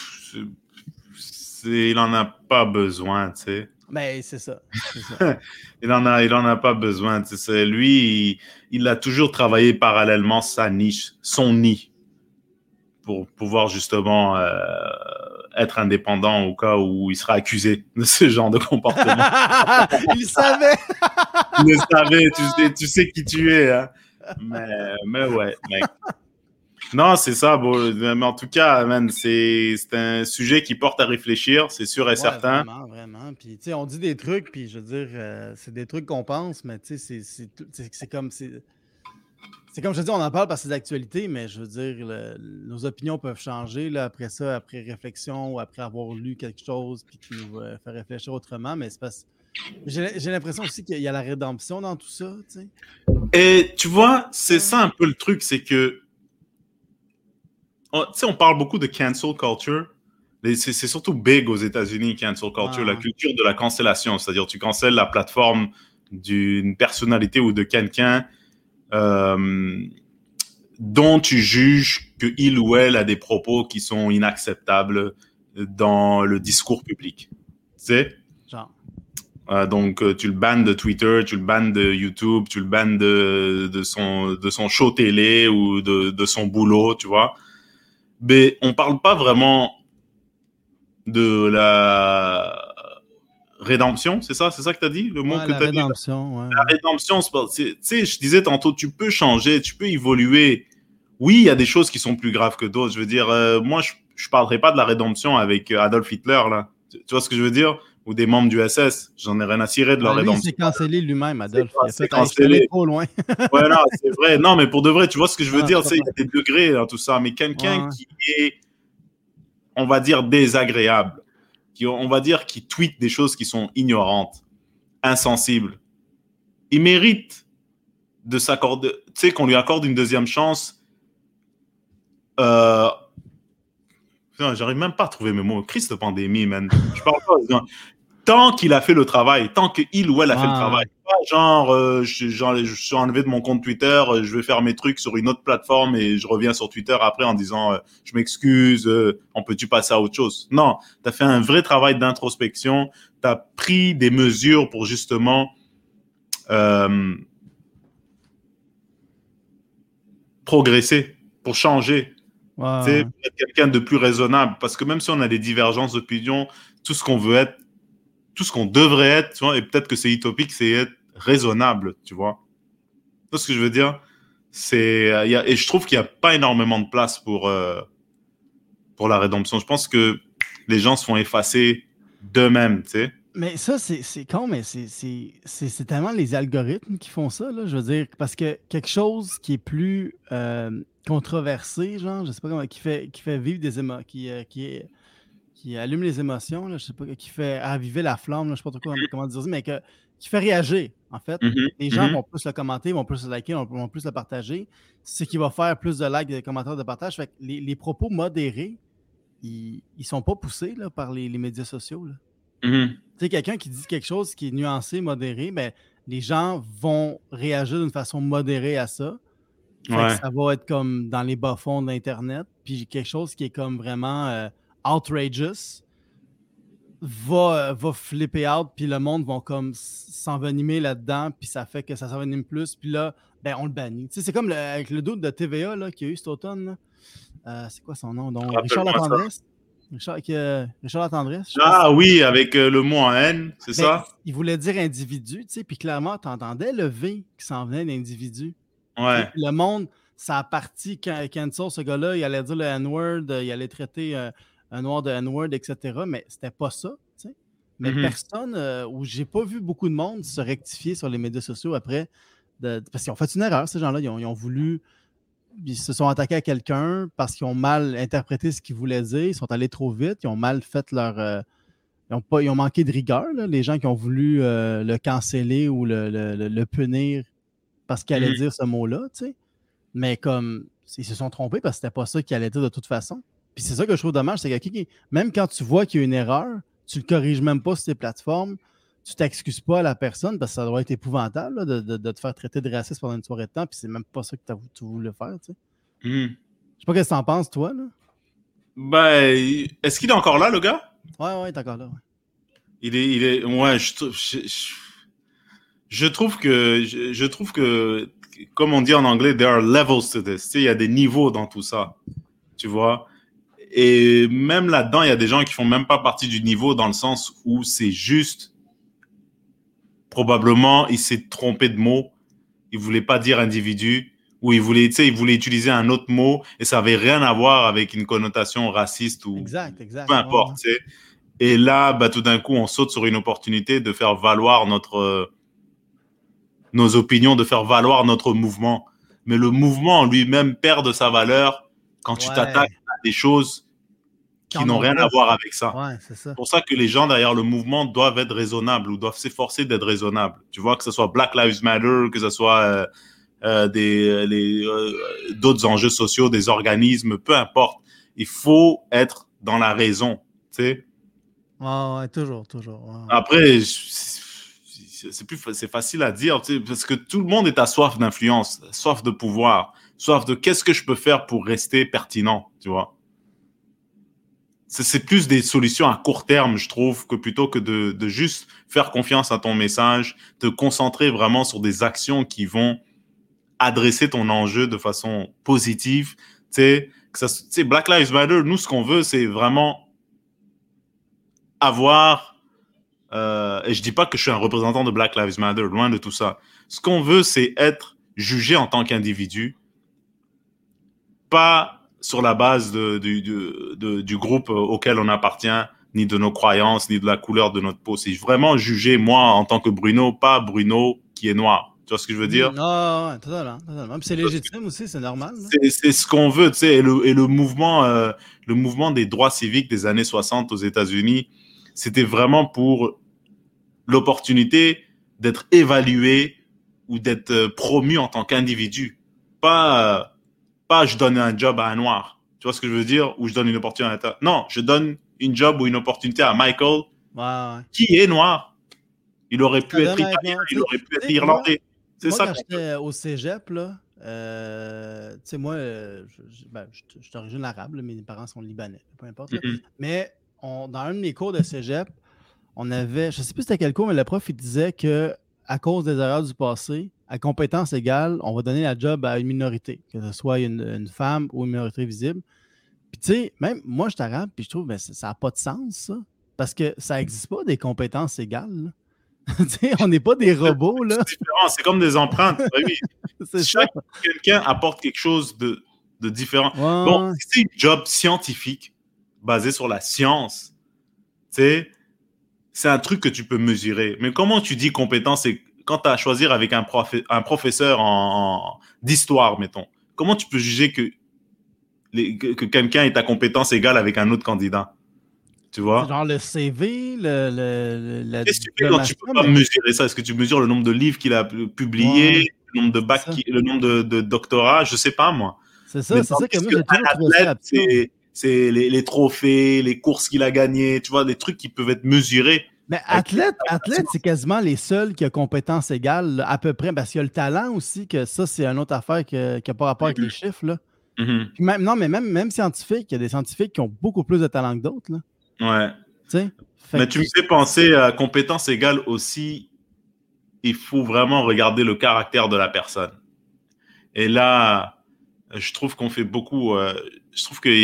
il en a pas besoin, tu sais. Ben, c'est ça. il en a pas besoin. Tu sais. Lui, il a toujours travaillé parallèlement sa niche, son nid, pour pouvoir justement être indépendant au cas où il sera accusé de ce genre de comportement. Il savait. Il le savait, tu sais qui tu es. Hein. Mais ouais, mec. Non, c'est ça. Bon, mais en tout cas, man, c'est un sujet qui porte à réfléchir, c'est sûr et certain. Vraiment. Puis, tu sais, on dit des trucs, puis je veux dire, c'est des trucs qu'on pense, mais tu sais, c'est comme... C'est comme je te dis, on en parle parce que c'est d'actualité, mais je veux dire, nos opinions peuvent changer là, après ça, après réflexion ou après avoir lu quelque chose puis qui nous fait réfléchir autrement. Mais c'est parce j'ai l'impression aussi qu'il y a la rédemption dans tout ça. Tu sais. Et tu vois, c'est ça un peu le truc, c'est que tu sais, on parle beaucoup de cancel culture. C'est surtout big aux États-Unis, cancel culture, la culture de la cancellation. C'est-à-dire, tu cancelles la plateforme d'une personnalité ou de quelqu'un dont tu juges qu'il ou elle a des propos qui sont inacceptables dans le discours public. Tu sais? Genre. Donc, tu le bannes de Twitter, tu le bannes de YouTube, tu le bannes de son show télé ou de son boulot, tu vois. Mais on parle pas vraiment de la rédemption, c'est ça que tu as dit? Le mot que tu as dit? La rédemption, tu sais, je disais tantôt, tu peux changer, tu peux évoluer. Oui, il y a des choses qui sont plus graves que d'autres. Je veux dire, moi, je parlerai pas de la rédemption avec Adolf Hitler, là. Tu vois ce que je veux dire? Ou des membres du SS. J'en ai rien à cirer de leur rédemption. Il s'est cancellé lui-même, Adolf. Il s'est cancellé. Trop loin. Ouais, non, c'est vrai. Non, mais pour de vrai, tu vois ce que je veux dire? Il y a des degrés dans tout ça. Mais quelqu'un qui est, on va dire, désagréable, on va dire, qui tweet des choses qui sont ignorantes, insensibles, il mérite de s'accorder, tu sais, qu'on lui accorde une deuxième chance Putain, j'arrive même pas à trouver mes mots. Crise de pandémie, man. Je parle pas. Tant qu'il a fait le travail, tant qu'il ou elle a fait le travail. Pas genre, je suis enlevé de mon compte Twitter, je vais faire mes trucs sur une autre plateforme et je reviens sur Twitter après en disant je m'excuse, on peut-tu passer à autre chose? Non, tu as fait un vrai travail d'introspection, tu as pris des mesures pour justement progresser, pour changer. Ouais, Tu sais, ouais. pour être quelqu'un de plus raisonnable. Parce que même si on a des divergences d'opinion, tout ce qu'on veut être, tout ce qu'on devrait être, tu vois, et peut-être que c'est utopique, c'est être raisonnable, tu vois. Tu vois ce que je veux dire? Et je trouve qu'il n'y a pas énormément de place pour la rédemption. Je pense que les gens se font effacer d'eux-mêmes, tu sais. Mais ça, c'est con, mais c'est tellement les algorithmes qui font ça, là, je veux dire, parce que quelque chose qui est plus controversé, genre, je sais pas comment, qui fait vivre des émotions, qui allume les émotions, là, je sais pas, qui fait raviver la flamme, là, je sais pas trop comment dire ça, mais qui fait réagir, en fait. Mhm, Les gens vont plus le commenter, vont plus le liker, vont plus le partager. C'est ce qui va faire plus de likes, de commentaires, de partage. Fait que les propos modérés, ils sont pas poussés là, par les médias sociaux, là. mhm. Tu sais, quelqu'un qui dit quelque chose qui est nuancé, modéré, ben, les gens vont réagir d'une façon modérée à ça. Fait que Ouais. ça va être comme dans les bas-fonds d'Internet. Puis quelque chose qui est comme vraiment outrageous va flipper out, puis le monde va comme s'envenimer là-dedans, puis ça fait que ça s'envenime plus. Puis là, ben, on le bannit. Tu sais, c'est comme avec le doute de TVA là, qu'il y a eu cet automne. Là. C'est quoi son nom? Donc, Richard Rappelle-moi ça. Latendresse. Richard Latendresse, je sais pas si Ah oui, avec le mot en haine, c'est ben, ça? il voulait dire individu, tu sais, puis clairement, tu entendais le V qui s'en venait d'individu. Tu sais, Ouais. puis le monde, ça a parti cancel ce gars-là, il allait dire le N-word, il allait traiter un noir de N-word, etc. Mais c'était pas ça, tu sais. Mais Mhm. personne, ou j'ai pas vu beaucoup de monde se rectifier sur les médias sociaux après, parce qu'ils ont fait une erreur, ces gens-là. Ils ont voulu, ils se sont attaqués à quelqu'un parce qu'ils ont mal interprété ce qu'ils voulaient dire, ils sont allés trop vite, ils ont mal fait leur. Ils ont manqué de rigueur, là, les gens qui ont voulu le canceller ou le punir parce qu'il allait Mhm. dire ce mot-là, tu sais. Mais comme, ils se sont trompés parce que c'était pas ça qu'il allait dire de toute façon. Puis c'est ça que je trouve dommage, c'est que même quand tu vois qu'il y a une erreur, tu le corriges même pas sur tes plateformes, tu t'excuses pas à la personne parce que ça doit être épouvantable là, de te faire traiter de raciste pendant une soirée de temps, puis c'est même pas ça que tu voulu faire, tu sais. Mhm. Je sais pas qu'est-ce que t'en penses, toi, là. Ben, est-ce qu'il est encore là, le gars? Ouais, t'es encore là. Ouais. Ouais, je trouve que, comme on dit en anglais, there are levels to this. Tu sais, il y a des niveaux dans tout ça, tu vois. Et même là-dedans, il y a des gens qui font même pas partie du niveau dans le sens où c'est juste, probablement, il s'est trompé de mot. Il voulait pas dire individu, ou tu sais, il voulait utiliser un autre mot et ça avait rien à voir avec une connotation raciste ou Exact, peu exact. Ouais, ouais. importe, tu sais. Et là, bah, tout d'un coup, on saute sur une opportunité de faire valoir nos opinions, de faire valoir notre mouvement. Mais le mouvement en lui-même perd de sa valeur quand tu Ouais. t'attaques à des choses qui Quand n'ont on rien pas. à voir avec ça. Ouais, c'est ça. C'est pour ça que les gens derrière le mouvement doivent être raisonnables ou doivent s'efforcer d'être raisonnables. Tu vois, que ce soit Black Lives Matter, que ce soit d'autres enjeux sociaux, des organismes, peu importe. Il faut être dans la raison, tu sais. Ouais, toujours, toujours. Ouais, ouais. Après, c'est facile à dire, tu sais, parce que tout le monde est à soif d'influence, soif de pouvoir, soif de qu'est-ce que je peux faire pour rester pertinent, tu vois. C'est plus des solutions à court terme, je trouve, que plutôt que de juste faire confiance à ton message, te concentrer vraiment sur des actions qui vont adresser ton enjeu de façon positive. Tu sais, Black Lives Matter, nous, ce qu'on veut, c'est vraiment avoir et je dis pas que je suis un représentant de Black Lives Matter, loin de tout ça. Ce qu'on veut, c'est être jugé en tant qu'individu, pas sur la base du groupe auquel on appartient, ni de nos croyances, ni de la couleur de notre peau. C'est vraiment juger moi en tant que Bruno, pas Bruno qui est noir. Tu vois ce que je veux dire? Ouais, totalement, totalement. Puis c'est légitime aussi, c'est normal. Là. C'est ce qu'on veut, tu sais. Et le mouvement des droits civiques des années 60 aux États-Unis, c'était vraiment pour l'opportunité d'être évalué ou d'être promu en tant qu'individu. Pas je donne un job à un noir. Tu vois ce que je veux dire? Ou je donne une opportunité. Non, je donne une job ou une opportunité à Michael, qui est noir. Il aurait pu être italien, il aurait pu être irlandais. C'est ça. Quand j'étais au cégep, là, tu sais, moi, je suis d'origine arabe, là, mes parents sont libanais, peu importe. Mais dans un de mes cours de cégep, on avait, je ne sais plus c'était quel cours, mais le prof, il disait que à cause des erreurs du passé, à compétence égale, on va donner la job à une minorité, que ce soit une femme ou une minorité visible. Puis tu sais, même moi, je suis arabe, puis je trouve que ça n'a pas de sens, ça. Parce que ça n'existe pas des compétences égales. On n'est pas des robots, là. C'est différent, c'est comme des empreintes. Oui. Quelqu'un apporte quelque chose de différent. Bon, si c'est une job scientifique basée sur la science, c'est un truc que tu peux mesurer. Mais comment tu dis compétence, c'est quand tu as à choisir avec un professeur d'histoire, mettons, comment tu peux juger que quelqu'un est à compétence égale avec un autre candidat? Tu vois? C'est genre le CV, qu'est-ce que tu fais quand tu peux pas mesurer ça? Est-ce que tu mesures le nombre de livres qu'il a publiés, le nombre de bacs, le nombre de doctorats? Je sais pas, moi. C'est ça, c'est ça que moi, j'ai toujours trouvé ça absurde. C'est les trophées, les courses qu'il a gagnées, tu vois, des trucs qui peuvent être mesurés. Mais athlète, c'est quasiment les seuls qui ont compétences égales, là, à peu près, parce qu'il y a le talent aussi, que ça, c'est une autre affaire qui n'a pas rapport avec les chiffres, là. Puis même scientifiques, il y a des scientifiques qui ont beaucoup plus de talent que d'autres, là. Ouais. Mais tu me fais penser à compétences égales aussi, il faut vraiment regarder le caractère de la personne. Et là, je trouve qu'on fait beaucoup, je trouve qu'il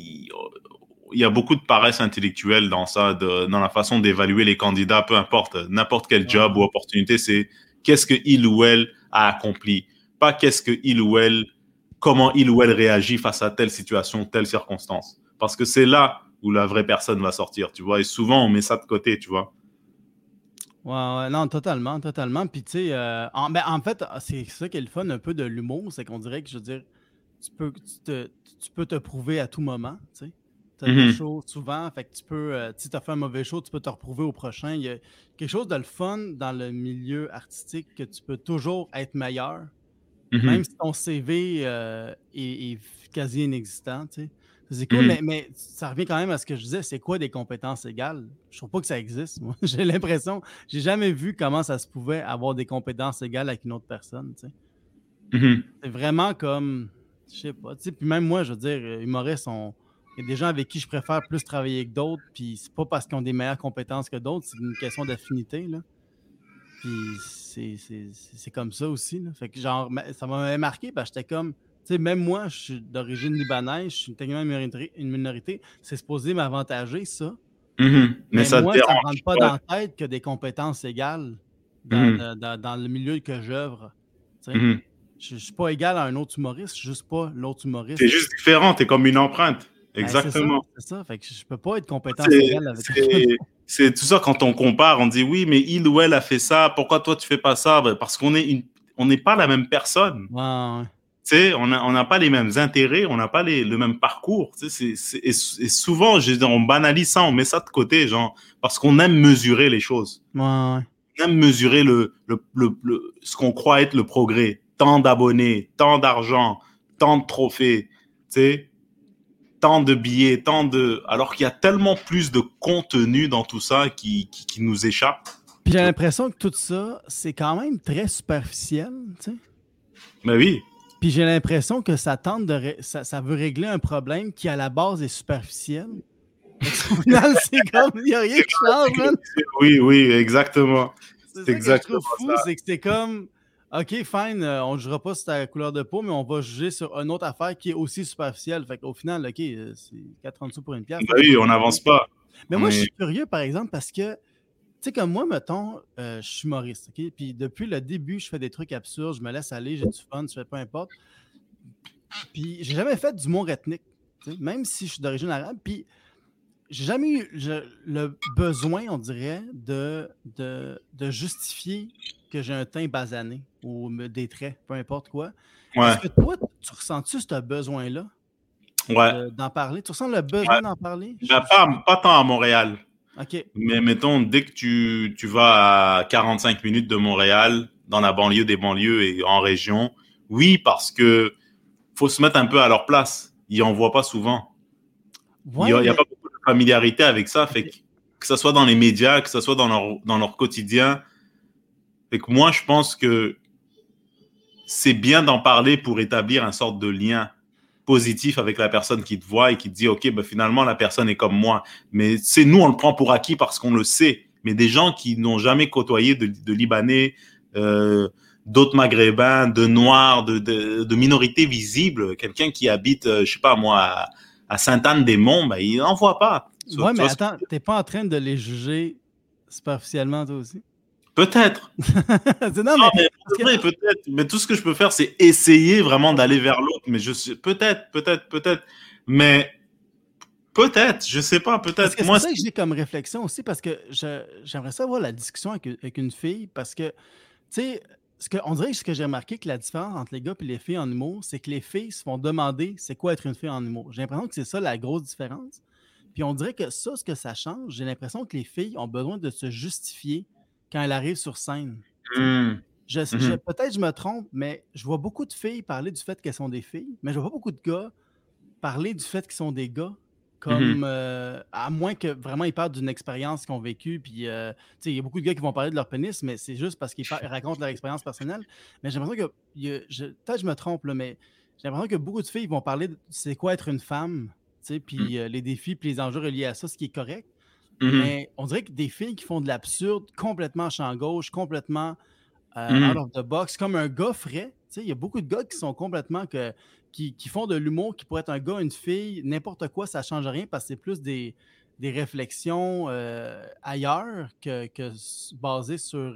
y a beaucoup de paresse intellectuelle dans ça, dans la façon d'évaluer les candidats, peu importe, n'importe quel job ou opportunité, c'est qu'est-ce que il ou elle a accompli, pas comment il ou elle réagit face à telle situation, telle circonstance. Parce que c'est là où la vraie personne va sortir, tu vois. Et souvent, on met ça de côté, tu vois. Ouais, non, totalement. Puis, tu sais, en fait, c'est ça qui est le fun un peu de l'humour, c'est qu'on dirait que, je veux dire, tu peux te prouver à tout moment, tu sais. Tu as des shows souvent, fait que tu peux, si tu as fait un mauvais show, tu peux te reprouver au prochain. Il y a quelque chose de le fun dans le milieu artistique que tu peux toujours être meilleur, même si ton CV est quasi inexistant, tu sais. C'est cool, mais ça revient quand même à ce que je disais, c'est quoi des compétences égales? Je trouve pas que ça existe, moi. J'ai l'impression, j'ai jamais vu comment ça se pouvait avoir des compétences égales avec une autre personne, tu sais. C'est vraiment comme, je sais pas, tu sais, puis même moi, je veux dire, humoristes, il y a des gens avec qui je préfère plus travailler que d'autres, puis c'est pas parce qu'ils ont des meilleures compétences que d'autres, c'est une question d'affinité, là. Puis c'est comme ça aussi, là. Fait que genre, ça m'avait marqué parce que j'étais comme, tu sais, même moi, je suis d'origine libanaise, je suis techniquement une minorité, c'est supposé m'avantager, ça. Mais ça moi, ça ne rentre pas dans la tête que des compétences égales dans le milieu que j'œuvre. Je ne suis pas égal à un autre humoriste, je suis juste pas l'autre humoriste. C'est juste différent, tu es comme une empreinte. Exactement. C'est ça, fait que je peux pas être compétence égale avec c'est tout ça, quand on compare, on dit oui, mais il ou elle a fait ça, pourquoi toi tu fais pas ça? Parce qu'on n'est pas la même personne. Ouais. On n'a pas les mêmes intérêts, on n'a pas le même parcours. Et souvent, on banalise ça, on met ça de côté, genre, parce qu'on aime mesurer les choses. Ouais. On aime mesurer ce qu'on croit être le progrès. Tant d'abonnés, tant d'argent, tant de trophées, tant de billets, alors qu'il y a tellement plus de contenu dans tout ça qui nous échappe. Puis j'ai l'impression que tout ça, c'est quand même très superficiel, tu sais. Ben oui. Puis j'ai l'impression que ça tente ça veut régler un problème qui, à la base, est superficiel. Au final, c'est comme, il n'y a rien qui change, man. Oui, exactement. C'est exactement ça que je trouve fou, c'est que c'est comme, OK, fine, on ne jugera pas sur ta couleur de peau, mais on va juger sur une autre affaire qui est aussi superficielle. Fait qu'au final, OK, c'est 4 sous pour une pièce. Ben oui, on n'avance pas. Mais moi, je suis curieux, par exemple, parce que, tu sais, comme moi, mettons, je suis humoriste, OK? Puis depuis le début, je fais des trucs absurdes, je me laisse aller, j'ai du fun, je fais peu importe. Puis j'ai jamais fait d'humour ethnique, même si je suis d'origine arabe. Puis j'ai jamais eu le besoin, on dirait, de justifier que j'ai un teint basané ou des traits, peu importe quoi. Ouais. Est-ce que toi, tu ressens-tu ce besoin-là d'en parler? Tu ressens le besoin d'en parler? Pas tant à Montréal. OK. Mais mettons, dès que tu vas à 45 minutes de Montréal, dans la banlieue des banlieues et en région, oui, parce que faut se mettre un peu à leur place. ils n'en voient pas souvent. Ouais, Il n'y a pas beaucoup de familiarité avec ça. Fait que ce soit dans les médias, que ce soit dans leur quotidien. Fait que moi, je pense que c'est bien d'en parler pour établir un sorte de lien positif avec la personne qui te voit et qui te dit, OK, ben finalement, la personne est comme moi. Mais c'est nous, on le prend pour acquis parce qu'on le sait. Mais des gens qui n'ont jamais côtoyé de Libanais, d'autres Maghrébins, de Noirs, de minorités visibles, quelqu'un qui habite, je sais pas moi, à Sainte-Anne-des-Monts, ben, il n'en voit pas. Ouais, mais attends, t'es pas en train de les juger superficiellement, toi aussi? Peut-être. Non, mais vrai, peut-être. Mais tout ce que je peux faire, c'est essayer vraiment d'aller vers l'autre. Mais je sais, peut-être. Mais peut-être, je sais pas, peut-être. C'est ça que j'ai comme réflexion aussi, parce que j'aimerais ça avoir la discussion avec une fille, parce que, tu sais, on dirait que ce que j'ai remarqué, que la différence entre les gars et les filles en humour, c'est que les filles se font demander c'est quoi être une fille en humour. J'ai l'impression que c'est ça la grosse différence. Puis on dirait que ça, ce que ça change, j'ai l'impression que les filles ont besoin de se justifier quand elles arrivent sur scène. Peut-être je me trompe, mais je vois beaucoup de filles parler du fait qu'elles sont des filles, mais je vois pas beaucoup de gars parler du fait qu'ils sont des gars. Comme, à moins que vraiment ils parlent d'une expérience qu'ils ont vécue, puis il y a beaucoup de gars qui vont parler de leur pénis, mais c'est juste parce qu'ils racontent leur expérience personnelle. Mais j'ai l'impression que, peut-être je me trompe, là, mais j'ai l'impression que beaucoup de filles vont parler de c'est quoi être une femme, puis les défis, puis les enjeux reliés à ça, ce qui est correct. Mais on dirait que des filles qui font de l'absurde complètement champ gauche, complètement out of the box, comme un gars ferait. Il y a beaucoup de gars qui sont complètement qui font de l'humour, qui pourrait être un gars, une fille, n'importe quoi, ça ne change rien parce que c'est plus des réflexions ailleurs que basées sur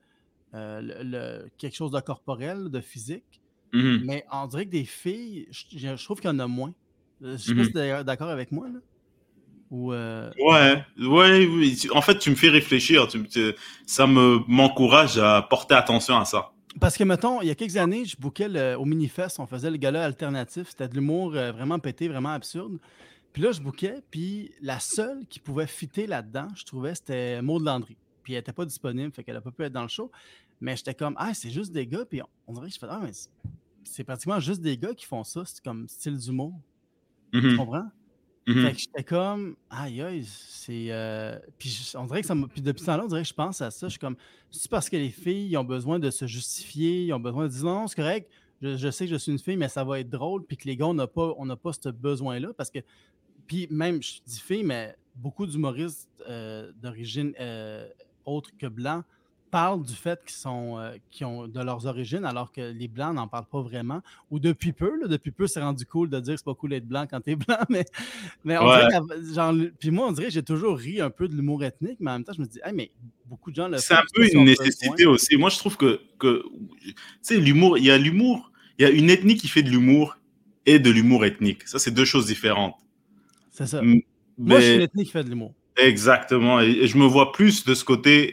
quelque chose de corporel, de physique. Mais on dirait que des filles, je trouve qu'il y en a moins. Je ne sais pas si tu es d'accord avec moi, là. Ouais. Oui. En fait, tu me fais réfléchir. Ça m'encourage à porter attention à ça. Parce que, mettons, il y a quelques années, je bookais au Minifest, on faisait le gala alternatif. C'était de l'humour vraiment pété, vraiment absurde. Puis là, je bookais, puis la seule qui pouvait fitter là-dedans, je trouvais, c'était Maud Landry. Puis elle n'était pas disponible, fait qu'elle n'a pas pu être dans le show. Mais j'étais comme, c'est juste des gars. Puis on dirait que je fais, mais c'est pratiquement juste des gars qui font ça. C'est comme style d'humour. Tu comprends? Fait que j'étais comme, aïe, c'est. Puis on dirait que puis depuis ce temps-là, on dirait que je pense à ça. Je suis comme, c'est parce que les filles ils ont besoin de se justifier, ils ont besoin de dire non, c'est correct, je sais que je suis une fille, mais ça va être drôle, puis que les gars, on n'a pas ce besoin-là. Parce que, puis même, je dis fille, mais beaucoup d'humoristes d'origine autre que blanc parlent du fait qu'ils ont de leurs origines, alors que les Blancs n'en parlent pas vraiment. Ou depuis peu, c'est rendu cool de dire que c'est pas cool d'être blanc quand t'es blanc, mais on dirait puis moi, on dirait que j'ai toujours ri un peu de l'humour ethnique, mais en même temps, je me dis, mais beaucoup de gens le font. C'est un peu une nécessité aussi. Moi, je trouve que tu sais, l'humour, il y a une ethnie qui fait de l'humour et de l'humour ethnique. Ça, c'est deux choses différentes. C'est ça. Moi, je suis une ethnie qui fait de l'humour. Exactement. Et je me vois plus de ce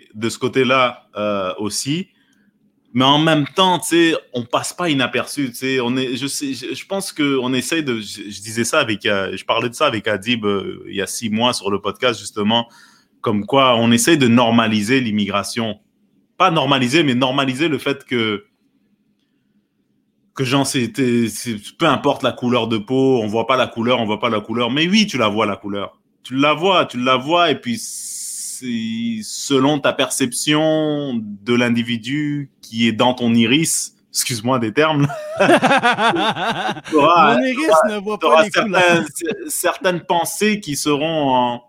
côté-là aussi. Mais en même temps, tu sais, on passe pas inaperçu. Tu sais, je pense qu'on essaye de. Je disais ça je parlais de ça avec Adib il y a 6 mois sur le podcast, justement, comme quoi on essaye de normaliser l'immigration. Pas normaliser, mais normaliser le fait que genre, peu importe la couleur de peau, on voit pas la couleur. Mais oui, tu la vois, la couleur. Tu la vois, et puis selon ta perception de l'individu qui est dans ton iris, excuse-moi des termes, mon iris ne voit pas les couleurs. Certaines pensées qui seront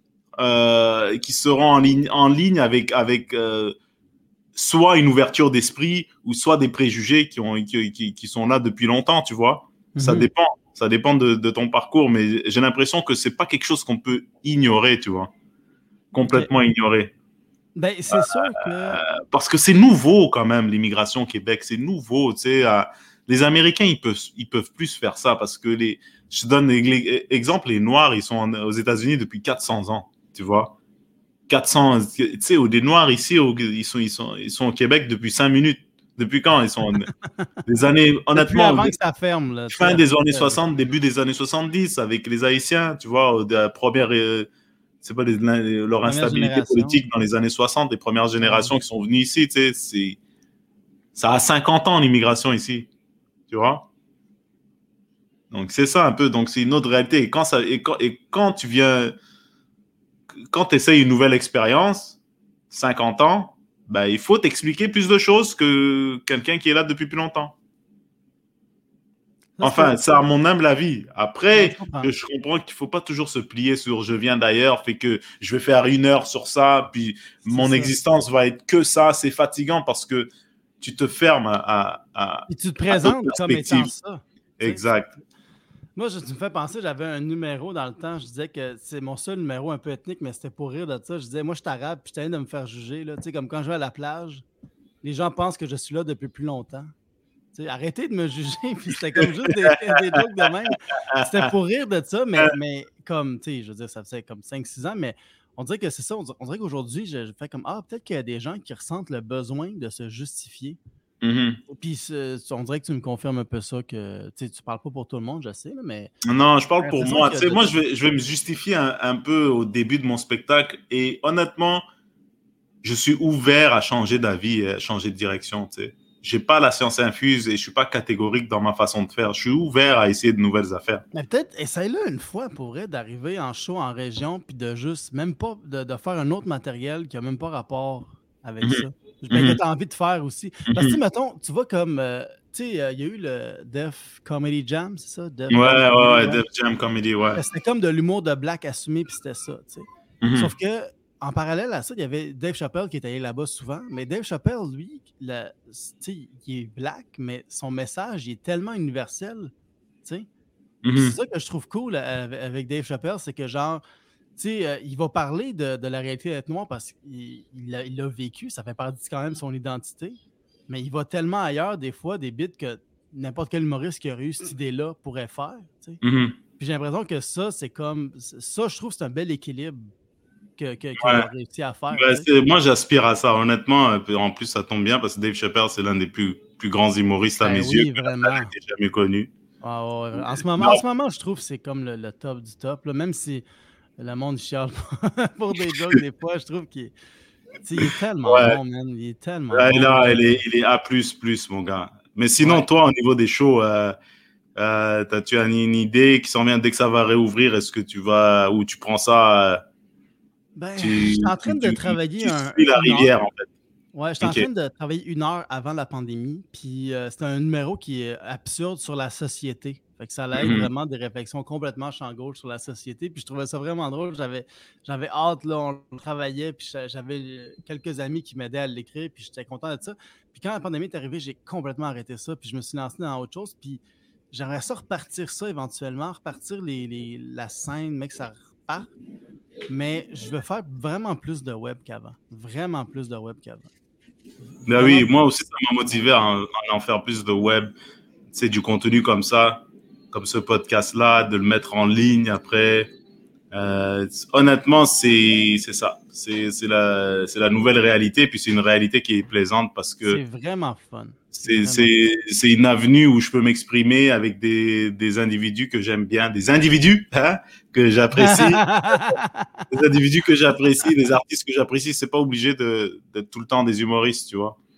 en ligne avec soit une ouverture d'esprit ou soit des préjugés qui sont là depuis longtemps, tu vois. Ça dépend de ton parcours, mais j'ai l'impression que c'est pas quelque chose qu'on peut ignorer, tu vois. Complètement ignorer. Ben, c'est sûr que... parce que c'est nouveau quand même, l'immigration au Québec, c'est nouveau, tu sais. Les Américains, ils peuvent plus faire ça parce que je te donne l'exemple, les Noirs, ils sont aux États-Unis depuis 400 ans, tu vois. 400, tu sais, des Noirs ici, ils sont au Québec depuis 5 minutes. Depuis quand ils sont des années, honnêtement, avant que ça ferme, là, fin des années 60, début des années 70, avec les Haïtiens, tu vois, la première, c'est pas leur instabilité politique dans les années 60, les premières générations qui sont venues ici, tu sais, ça a 50 ans l'immigration ici, tu vois. Donc, c'est ça un peu. Donc, c'est une autre réalité. Quand tu viens, quand tu essayes une nouvelle expérience, 50 ans, ben, il faut t'expliquer plus de choses que quelqu'un qui est là depuis plus longtemps. Enfin, c'est à mon humble avis. Après, je comprends qu'il ne faut pas toujours se plier sur je viens d'ailleurs, fait que je vais faire 1 heure sur ça, puis mon existence va être que ça. C'est fatigant parce que tu te fermes et tu te présentes comme étant ça. Exact. Moi, tu me fais penser, j'avais un numéro dans le temps, je disais que c'est mon seul numéro un peu ethnique, mais c'était pour rire de ça. Je disais, moi, je suis arabe, puis je t'ai de me faire juger. Là, comme quand je vais à la plage, les gens pensent que je suis là depuis plus longtemps. T'sais, arrêtez de me juger, puis c'était comme juste des jokes de même. C'était pour rire de ça, mais comme, tu sais, je veux dire, ça faisait comme 5-6 ans, mais on dirait que c'est ça. On dirait qu'aujourd'hui, je fais comme, peut-être qu'il y a des gens qui ressentent le besoin de se justifier. Puis on dirait que tu me confirmes un peu ça, que tu parles pas pour tout le monde, je sais, mais... Non, je parle pour moi. Moi, je vais me justifier un peu au début de mon spectacle, et honnêtement, je suis ouvert à changer d'avis, à changer de direction, tu sais. J'ai pas la science infuse et je suis pas catégorique dans ma façon de faire. Je suis ouvert à essayer de nouvelles affaires. Mais peut-être, essaye-le une fois pour vrai, d'arriver en show en région puis de juste, même pas, de faire un autre matériel qui a même pas rapport avec ça. Que tu as envie de faire aussi. Parce que, mettons, tu vois comme, tu sais, il y a eu le Def Comedy Jam, c'est ça? Ouais, Def Jam Comedy, ouais. C'était comme de l'humour de black assumé puis c'était ça, tu sais. Sauf que, en parallèle à ça, il y avait Dave Chappelle qui est allé là-bas souvent, mais Dave Chappelle, lui, il est black, mais son message il est tellement universel, tu sais. C'est ça que je trouve cool avec Dave Chappelle, c'est que genre, tu sais, il va parler de la réalité d'être noir parce qu'il l'a vécu, ça fait partie quand même de son identité, mais il va tellement ailleurs des fois, des bits que n'importe quel humoriste qui aurait eu cette idée-là pourrait faire, tu sais. Puis j'ai l'impression que ça, c'est comme, ça, je trouve que c'est un bel équilibre qu'il a réussi à faire. Moi, j'aspire à ça, honnêtement. En plus, ça tombe bien parce que Dave Chappelle, c'est l'un des plus grands humoristes à mes yeux que j'ai jamais connu. En ce moment, je trouve que c'est comme le top du top. Là, même si le monde chiale pour des jokes, des fois, je trouve qu'il est tellement bon, man. Il est tellement bon. Il est A++, mon gars. Mais sinon, toi, au niveau des shows, tu as une idée qui s'en vient dès que ça va réouvrir? Est-ce que tu vas, ou tu prends ça... je suis en train de travailler la rivière, en fait. Ouais, je suis en train de travailler 1 heure avant la pandémie. Puis c'est un numéro qui est absurde sur la société. Fait que ça aide vraiment des réflexions complètement champ gauche sur la société. Puis je trouvais ça vraiment drôle. J'avais hâte, là, on travaillait. Puis j'avais quelques amis qui m'aidaient à l'écrire. Puis j'étais content de ça. Puis quand la pandémie est arrivée, j'ai complètement arrêté ça. Puis je me suis lancé dans autre chose. Puis j'aimerais ça repartir ça éventuellement. Repartir la scène, mais que ça reparte. Mais je veux faire vraiment plus de web qu'avant. Vraiment plus de web qu'avant. Ben oui, moi aussi, ça m'a motivé à en faire plus de web. C'est du contenu comme ça, comme ce podcast-là, de le mettre en ligne après. Honnêtement, c'est ça. C'est la nouvelle réalité. Puis c'est une réalité qui est plaisante parce que... C'est vraiment fun. C'est une avenue où je peux m'exprimer avec des individus que j'aime bien, des individus que j'apprécie, des individus que j'apprécie, des artistes que j'apprécie. C'est pas obligé d'être tout le temps des humoristes, tu vois.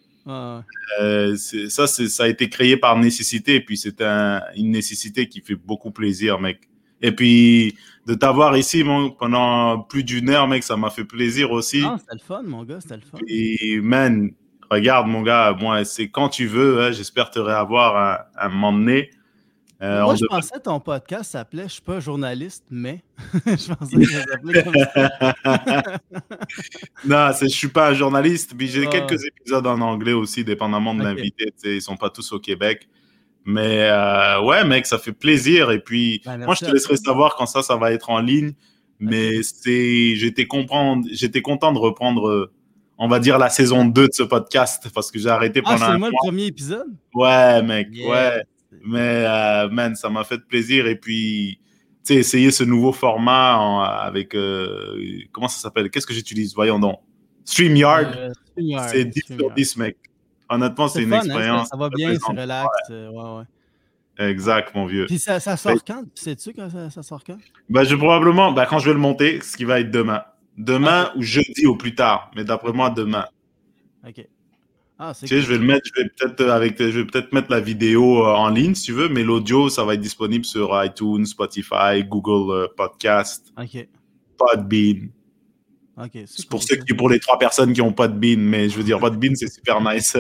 Ça a été créé par nécessité, et puis c'est une nécessité qui fait beaucoup plaisir, mec. Et puis de t'avoir ici pendant plus d'1 heure, mec, ça m'a fait plaisir aussi. C'était le fun, mon gars, c'était le fun. Et man, regarde, mon gars, moi, c'est quand tu veux. Hein, j'espère te réavoir à un moment donné. Moi, je pensais que ton podcast s'appelait « Je suis pas journaliste, mais... » Je pensais que ça s'appelait comme ça. Non, je suis pas un journaliste. Puis j'ai quelques épisodes en anglais aussi, dépendamment de l'invité. Ils sont pas tous au Québec. Mais ouais, mec, ça fait plaisir. Et puis, moi, je te laisserai savoir quand ça va être en ligne. Mais j'étais content de reprendre... on va dire la saison 2 de ce podcast parce que j'ai arrêté pendant c'est moi le premier épisode? Ouais, mec, ouais. Mais, man, ça m'a fait plaisir. Et puis, tu sais, essayer ce nouveau format avec... comment ça s'appelle? Qu'est-ce que j'utilise? Voyons donc. StreamYard. C'est 10 sur 10, mec. Honnêtement, c'est une expérience. Ça va bien, c'est relax. Ouais. Exact, mon vieux. Puis ça sort quand? Sais-tu quand ça sort quand? Je probablement, quand je vais le monter, ce qui va être demain. Demain ou jeudi au plus tard. Mais d'après moi, demain. OK. Ah, c'est Tu sais, cool. je vais peut-être mettre la vidéo en ligne si tu veux, mais l'audio, ça va être disponible sur iTunes, Spotify, Google Podcast, OK. Podbean. OK, c'est C'est cool. pour les 3 personnes qui ont pas de bean, mais je veux dire, pas de bean, c'est super nice.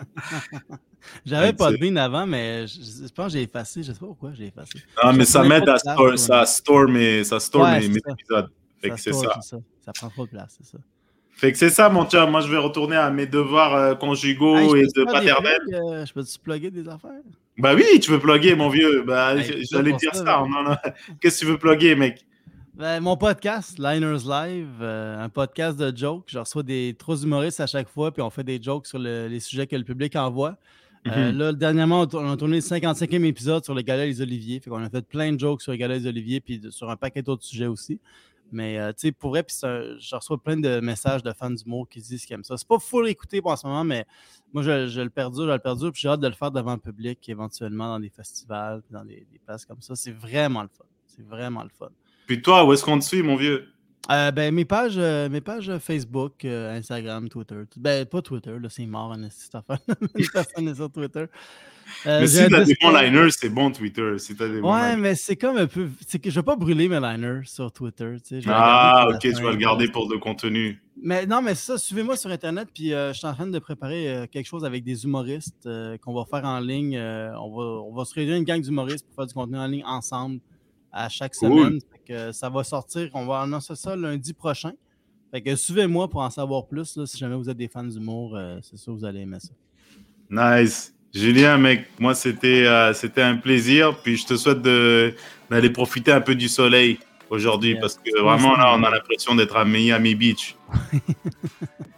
J'avais pas C'est- de bean avant, mais je pense que j'ai effacé. Je sais pas pourquoi j'ai effacé. Non, mais Ça ça prenait m'aide trop de à place store, sur un- ça store Ouais, mes c'est ça. épisodes. Fait Ça que c'est store, ça. c'est ça. Ça prend trop de place, c'est ça. Fait que c'est ça, mon chum. Moi, je vais retourner à mes devoirs Hey, conjugaux je et peux-tu de faire des paternel. plugs? Je peux-tu plugger des affaires? Bah oui, tu veux plugger, mon vieux. Bah, Hey, je suis là j'allais pour dire ça, ça. man. Non, non. Qu'est-ce que tu veux plugger, mec? Ben, mon podcast, Liners Live, un podcast de jokes. Je reçois des trois humoristes à chaque fois, puis on fait des jokes sur les sujets que le public envoie. Mhm. Là, dernièrement, on a tourné le 55e épisode sur le gala des Oliviers. Fait qu'on a fait plein de jokes sur le gala des Oliviers, puis sur un paquet d'autres sujets aussi. Mais, tu sais, pour vrai, puis je reçois plein de messages de fans d'humour qui disent qu'ils aiment ça. C'est pas full écouté pour en ce moment, mais moi, je le perdure, puis j'ai hâte de le faire devant le public, éventuellement dans des festivals, puis dans des places comme ça. C'est vraiment le fun. C'est vraiment le fun. Puis toi, où est-ce qu'on te suit, mon vieux? Ben, mes pages Facebook, Instagram, Twitter. Ben, pas Twitter, là, c'est mort, cette affaire. Personne n'est sur Twitter. Mais J'ai si un t'as des bons Discord. liners, c'est bon Twitter. Si t'as des bons Ouais, liners. mais c'est comme un peu. C'est que je vais pas brûler mes liners sur Twitter. Tu sais, je vais la garder Ah, pour la ok, tu fin, vas le garder là. pour le contenu. Mais non, mais c'est ça, suivez-moi sur Internet, puis je suis en train de préparer quelque chose avec des humoristes qu'on va faire en ligne. On va se réunir une gang d'humoristes pour faire du contenu en ligne ensemble à chaque Cool. semaine. Fait que ça va sortir, on va annoncer ça lundi prochain. Fait que suivez-moi pour en savoir plus. Là, si jamais vous êtes des fans d'humour, c'est sûr que vous allez aimer ça. Nice. Julien, mec, moi, c'était un plaisir. Puis je te souhaite d'aller profiter un peu du soleil aujourd'hui Yes. parce que vraiment, là, on a l'impression d'être à Miami Beach.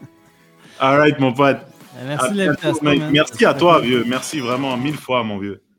All right, mon pote. Merci de À bientôt, l'invitation, mec. man. Merci à toi, vieux. Merci vraiment 1000 fois, mon vieux.